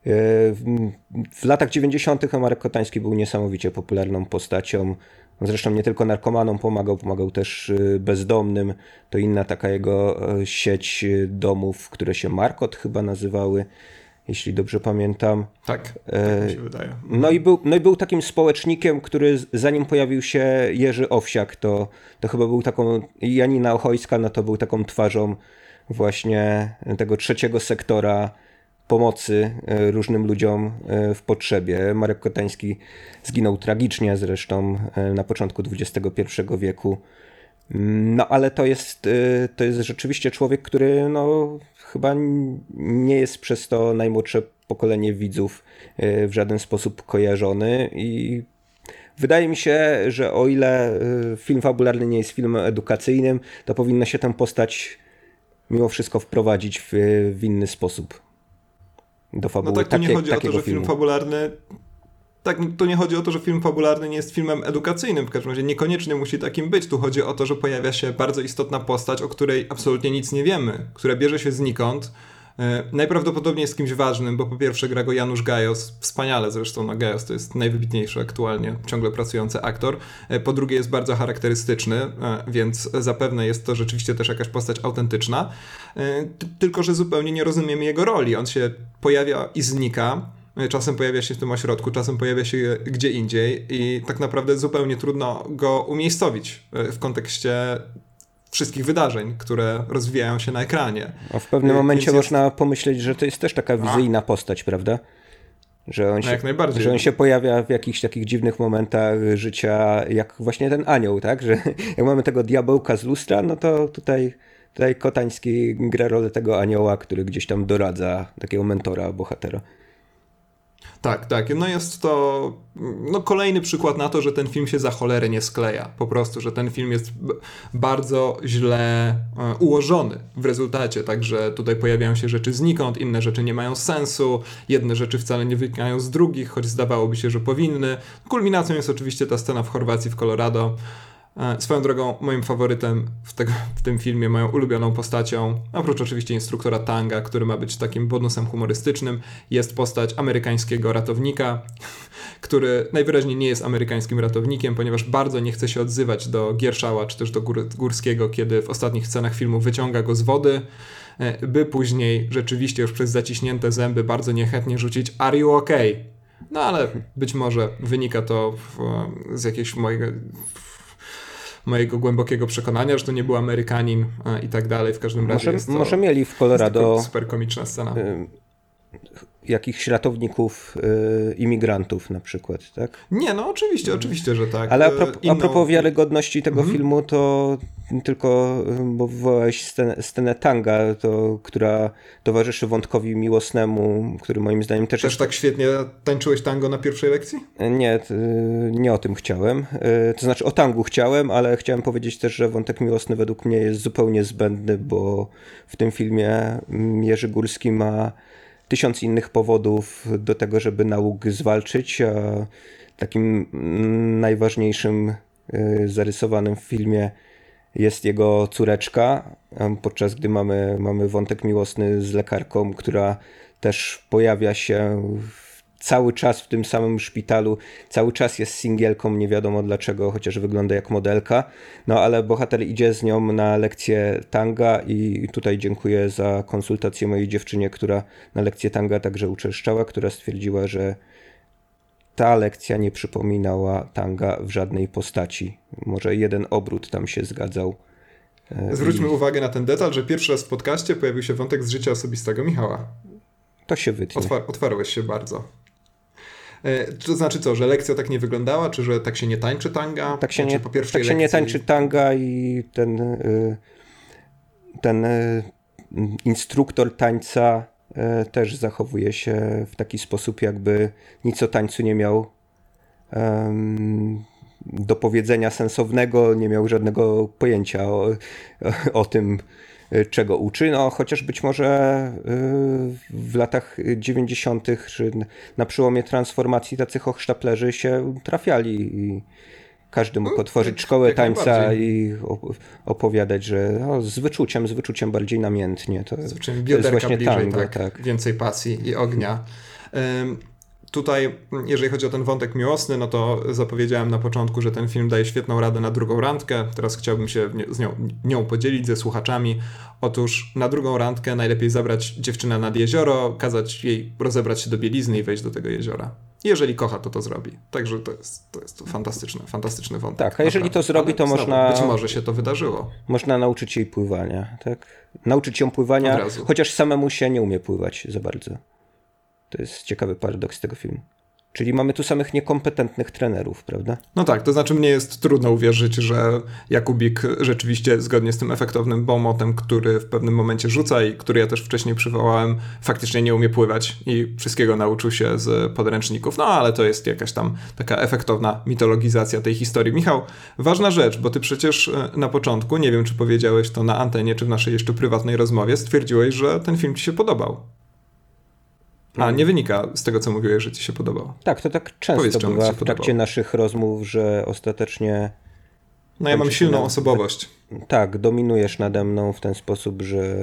W latach dziewięćdziesiątych Marek Kotański był niesamowicie popularną postacią. Zresztą nie tylko narkomanom pomagał, pomagał też bezdomnym. To inna taka jego sieć domów, które się Markot chyba nazywały, jeśli dobrze pamiętam. Tak, tak mi się wydaje. No i był, no i był takim społecznikiem, który zanim pojawił się Jerzy Owsiak, to, to chyba był taką, Janina Ochojska, no to był taką twarzą właśnie tego trzeciego sektora pomocy różnym ludziom w potrzebie. Marek Kotański zginął tragicznie zresztą na początku dwudziestego pierwszego wieku. No ale to jest, to jest rzeczywiście człowiek, który no, chyba nie jest przez to najmłodsze pokolenie widzów w żaden sposób kojarzony i wydaje mi się, że o ile film fabularny nie jest filmem edukacyjnym, to powinno się tę postać mimo wszystko wprowadzić w, w inny sposób do fabuły. No tak, tu nie takie, chodzi o to, że filmu. film fabularny... Tak, to nie chodzi o to, że film fabularny nie jest filmem edukacyjnym, w każdym razie niekoniecznie musi takim być. Tu chodzi o to, że pojawia się bardzo istotna postać, o której absolutnie nic nie wiemy, która bierze się znikąd. Yy, najprawdopodobniej jest kimś ważnym, bo po pierwsze gra go Janusz Gajos, wspaniale zresztą, no Gajos to jest najwybitniejszy aktualnie ciągle pracujący aktor. Yy, po drugie jest bardzo charakterystyczny, yy, więc zapewne jest to rzeczywiście też jakaś postać autentyczna. Yy, t- tylko, że zupełnie nie rozumiemy jego roli. On się pojawia i znika. Czasem pojawia się w tym ośrodku, czasem pojawia się gdzie indziej i tak naprawdę zupełnie trudno go umiejscowić w kontekście wszystkich wydarzeń, które rozwijają się na ekranie. A w pewnym momencie jest... można pomyśleć, że to jest też taka wizyjna A. postać, prawda? Że on, się, no jak najbardziej. że on się pojawia w jakichś takich dziwnych momentach życia, jak właśnie ten anioł, tak? Że jak mamy tego diabełka z lustra, no to tutaj, tutaj Kotański gra rolę tego anioła, który gdzieś tam doradza takiego mentora, bohatera. Tak, tak. No jest to no kolejny przykład na to, że ten film się za cholerę nie skleja. Po prostu, że ten film jest b- bardzo źle e, ułożony w rezultacie. Także tutaj pojawiają się rzeczy znikąd, inne rzeczy nie mają sensu, jedne rzeczy wcale nie wynikają z drugich, choć zdawałoby się, że powinny. Kulminacją jest oczywiście ta scena w Chorwacji, w Colorado. Swoją drogą, moim faworytem w, tego, w tym filmie, moją ulubioną postacią, oprócz oczywiście instruktora Tanga, który ma być takim bonusem humorystycznym, jest postać amerykańskiego ratownika, który najwyraźniej nie jest amerykańskim ratownikiem, ponieważ bardzo nie chce się odzywać do Gierszała czy też do Gór, Górskiego, kiedy w ostatnich scenach filmu wyciąga go z wody, by później rzeczywiście już przez zaciśnięte zęby bardzo niechętnie rzucić "Are you okay?" No ale być może wynika to w, z jakiegoś mojego... mojego głębokiego przekonania, że to nie był Amerykanin a, i tak dalej. W każdym razie może, jest to, może mieli w Colorado super komiczna scena. Y- jakichś ratowników y- imigrantów na przykład, tak? Nie, no oczywiście, oczywiście, że tak. Ale a, pro- Inną... a propos wiarygodności tego mm-hmm. filmu, to tylko, bo wywołałeś scenę, scenę Tanga, to, która towarzyszy wątkowi miłosnemu, który moim zdaniem też... Też jest... tak świetnie tańczyłeś tango na pierwszej lekcji? Nie, nie o tym chciałem. To znaczy o tangu chciałem, ale chciałem powiedzieć też, że wątek miłosny według mnie jest zupełnie zbędny, bo w tym filmie Jerzy Górski ma tysiąc innych powodów do tego, żeby nałóg zwalczyć, a takim najważniejszym zarysowanym w filmie jest jego córeczka, podczas gdy mamy, mamy wątek miłosny z lekarką, która też pojawia się cały czas w tym samym szpitalu, cały czas jest singielką, nie wiadomo dlaczego, chociaż wygląda jak modelka, no ale bohater idzie z nią na lekcję tanga i tutaj dziękuję za konsultację mojej dziewczynie, która na lekcję tanga także uczęszczała, która stwierdziła, że ta lekcja nie przypominała tanga w żadnej postaci. Może jeden obrót tam się zgadzał. Zwróćmy I... uwagę na ten detal, że pierwszy raz w podcaście pojawił się wątek z życia osobistego Michała. To się wytnie. Otwar- otwarłeś się bardzo. To znaczy co, że lekcja tak nie wyglądała, czy że tak się nie tańczy tanga? Tak się, czy nie, po pierwszej tak się lekcji... nie tańczy tanga i ten, ten instruktor tańca też zachowuje się w taki sposób, jakby nic o tańcu nie miał um, do powiedzenia sensownego, nie miał żadnego pojęcia o, o tym, czego uczy, no chociaż być może w latach dziewięćdziesiątych czy na przełomie transformacji tacy hochsztaplerzy się trafiali i każdy mógł otworzyć szkołę tańca i opowiadać, że no, z wyczuciem, z wyczuciem bardziej namiętnie. To, z wyczuciem to jest właśnie bliżej, tango, tak, tak. Więcej pasji i ognia. Um, Tutaj, jeżeli chodzi o ten wątek miłosny, no to zapowiedziałem na początku, że ten film daje świetną radę na drugą randkę. Teraz chciałbym się z nią, nią podzielić ze słuchaczami. Otóż na drugą randkę najlepiej zabrać dziewczynę nad jezioro, kazać jej rozebrać się do bielizny i wejść do tego jeziora. Jeżeli kocha, to to zrobi. Także to jest, to jest fantastyczny, fantastyczny wątek. Tak, a jeżeli naprawdę. to zrobi, Ale to znowu, można... Być może się to wydarzyło. Można nauczyć jej pływania, tak? Nauczyć ją pływania, chociaż samemu się nie umie pływać za bardzo. To jest ciekawy paradoks tego filmu. Czyli mamy tu samych niekompetentnych trenerów, prawda? No tak, to znaczy mnie jest trudno uwierzyć, że Jakubik rzeczywiście zgodnie z tym efektownym bomotem, który w pewnym momencie rzuca i który ja też wcześniej przywołałem, faktycznie nie umie pływać i wszystkiego nauczył się z podręczników. No ale to jest jakaś tam taka efektowna mitologizacja tej historii. Michał, ważna rzecz, bo ty przecież na początku, nie wiem czy powiedziałeś to na antenie, czy w naszej jeszcze prywatnej rozmowie, stwierdziłeś, że ten film ci się podobał. A, nie wynika z tego, co mówiłeś, że ci się podobał. Tak, to tak często Powiedz, bywa w trakcie podobał. naszych rozmów, że ostatecznie... No ja mam silną na... osobowość. Tak, dominujesz nade mną w ten sposób, że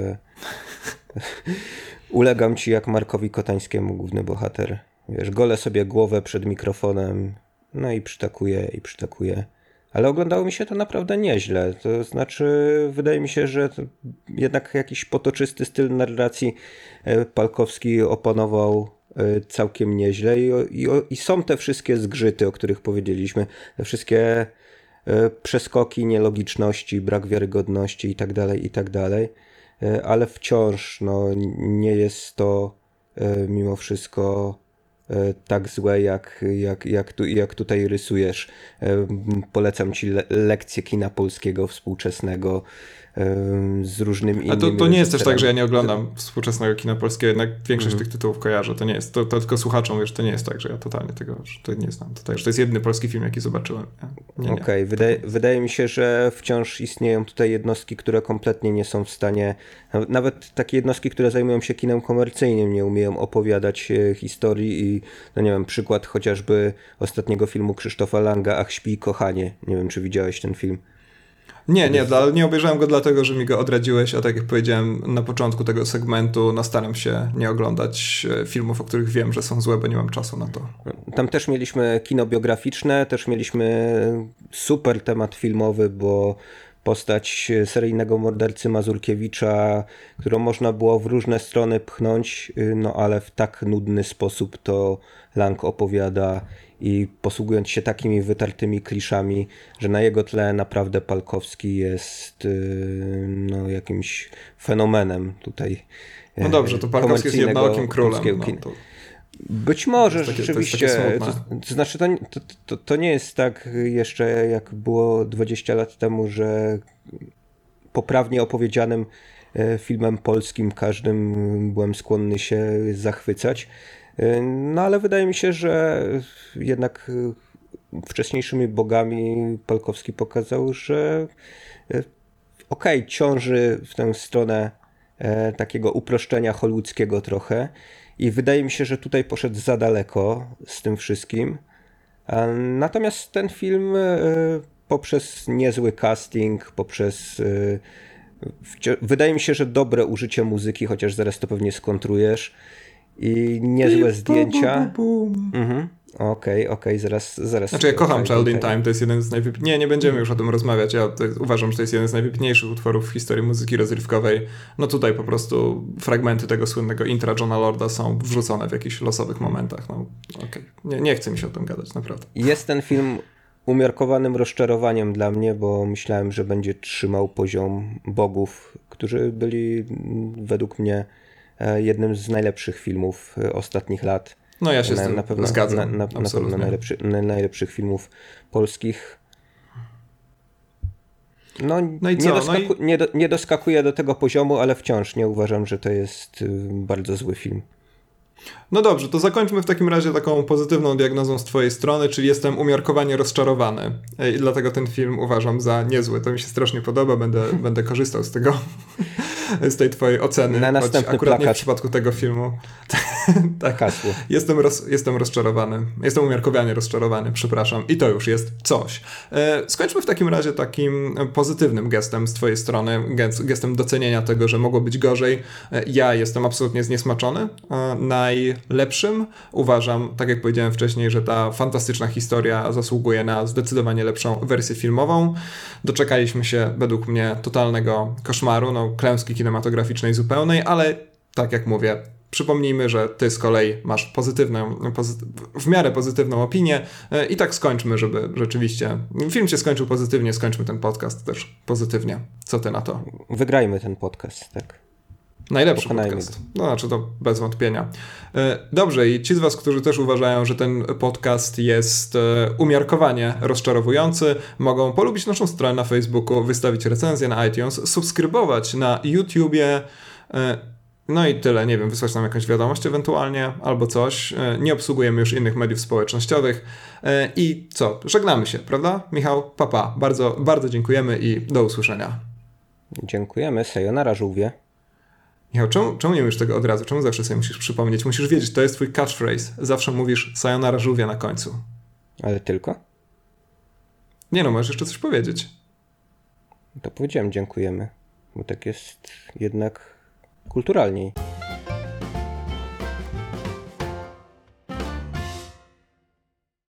ulegam ci jak Markowi Kotańskiemu, główny bohater. Wiesz, golę sobie głowę przed mikrofonem, no i przytakuję, i przytakuję. Ale oglądało mi się to naprawdę nieźle. To znaczy, wydaje mi się, że jednak jakiś potoczysty styl narracji Palkowski opanował całkiem nieźle i, i, i są te wszystkie zgrzyty, o których powiedzieliśmy, te wszystkie przeskoki, nielogiczności, brak wiarygodności i tak dalej, i tak dalej, ale wciąż no, nie jest to mimo wszystko tak złe, jak, jak, jak, tu, jak tutaj rysujesz. Polecam ci le- lekcje kina polskiego współczesnego z różnymi innymi. A to, to nie jest też tak, że ja nie oglądam współczesnego kina polskiego, jednak większość mm-hmm. tych tytułów kojarzę. To nie jest, to, to tylko słuchaczom, wiesz, to nie jest tak, że ja totalnie tego że to nie znam. To, to jest jedyny polski film, jaki zobaczyłem. Okej, okay. wydaje, wydaje mi się, że wciąż istnieją tutaj jednostki, które kompletnie nie są w stanie, nawet takie jednostki, które zajmują się kinem komercyjnym, nie umieją opowiadać historii i, no nie wiem, przykład chociażby ostatniego filmu Krzysztofa Langa, Ach, śpi kochanie. Nie wiem, czy widziałeś ten film. Nie, nie, dla, nie obejrzałem go dlatego, że mi go odradziłeś, a tak jak powiedziałem na początku tego segmentu, no staram się nie oglądać filmów, o których wiem, że są złe, bo nie mam czasu na to. Tam też mieliśmy kino biograficzne, też mieliśmy super temat filmowy, bo postać seryjnego mordercy Mazurkiewicza, którą można było w różne strony pchnąć, no ale w tak nudny sposób to Lang opowiada i posługując się takimi wytartymi kliszami, że na jego tle naprawdę Palkowski jest no, jakimś fenomenem tutaj. No dobrze, to Palkowski jest jednookim królem. No, to... Być może to takie, rzeczywiście, to, to, to znaczy to, to, to nie jest tak jeszcze jak było dwadzieścia lat temu, że poprawnie opowiedzianym filmem polskim każdym byłem skłonny się zachwycać. No ale wydaje mi się, że jednak wcześniejszymi bogami Palkowski pokazał, że okej, okay, ciąży w tę stronę takiego uproszczenia hollywoodzkiego trochę i wydaje mi się, że tutaj poszedł za daleko z tym wszystkim. Natomiast ten film poprzez niezły casting, poprzez... Yy, wci- wydaje mi się, że dobre użycie muzyki, chociaż zaraz to pewnie skontrujesz. I niezłe Beep, zdjęcia. Mhm. Okej, okej, okay, zaraz, zaraz. Znaczy ja kocham Child in Time, to jest jeden z najwyp... Nie, nie będziemy już o tym rozmawiać, ja to jest, uważam, że to jest jeden z najwybitniejszych utworów w historii muzyki rozrywkowej. No tutaj po prostu fragmenty tego słynnego intra Johna Lorda są wrzucone w jakichś losowych momentach. No okej, okay. nie, nie chcę mi się o tym gadać, naprawdę. Jest ten film umiarkowanym rozczarowaniem dla mnie, bo myślałem, że będzie trzymał poziom Bogów, którzy byli według mnie jednym z najlepszych filmów ostatnich lat. No ja się na, z tym na pewno, zgadzam. Na, na, na pewno najlepszy, na, najlepszych filmów polskich. No, no i nie, co? Doskaku, no i... Nie, do, nie doskakuje do tego poziomu, ale wciąż nie uważam, że to jest bardzo zły film. No dobrze, to zakończmy w takim razie taką pozytywną diagnozą z twojej strony, czyli jestem umiarkowanie rozczarowany i dlatego ten film uważam za niezły. To mi się strasznie podoba, będę, będę korzystał z tego, z tej twojej oceny, na choć akurat plakat. Nie w przypadku tego filmu. Tak, hasło. Jestem, roz, jestem rozczarowany, jestem umiarkowanie rozczarowany, przepraszam i to już jest coś. Skończmy w takim razie takim pozytywnym gestem z twojej strony, gestem docenienia tego, że mogło być gorzej. Ja jestem absolutnie zniesmaczony. Najlepszym uważam, tak jak powiedziałem wcześniej, że ta fantastyczna historia zasługuje na zdecydowanie lepszą wersję filmową. Doczekaliśmy się według mnie totalnego koszmaru, no klęski kinematograficznej zupełnej, ale tak jak mówię, przypomnijmy, że ty z kolei masz pozytywną, pozy- w miarę pozytywną opinię i tak skończmy, żeby rzeczywiście film się skończył pozytywnie, skończmy ten podcast też pozytywnie. Co ty na to? Wygrajmy ten podcast, tak. Najlepszy podcast. No, znaczy to bez wątpienia. Dobrze, i ci z was, którzy też uważają, że ten podcast jest umiarkowanie rozczarowujący, mogą polubić naszą stronę na Facebooku, wystawić recenzję na iTunes, subskrybować na YouTubie, no i tyle, nie wiem, wysłać nam jakąś wiadomość ewentualnie, albo coś. Nie obsługujemy już innych mediów społecznościowych. I co? Żegnamy się, prawda? Michał, papa. Bardzo, bardzo dziękujemy i do usłyszenia. Dziękujemy, sayonara żółwie. Michał, czemu, czemu nie mówisz tego od razu? Czemu zawsze sobie musisz przypomnieć? Musisz wiedzieć, to jest twój catchphrase. Zawsze mówisz sayonara żółwie na końcu. Ale tylko? Nie no, możesz jeszcze coś powiedzieć. To powiedziałem dziękujemy, bo tak jest jednak kulturalniej.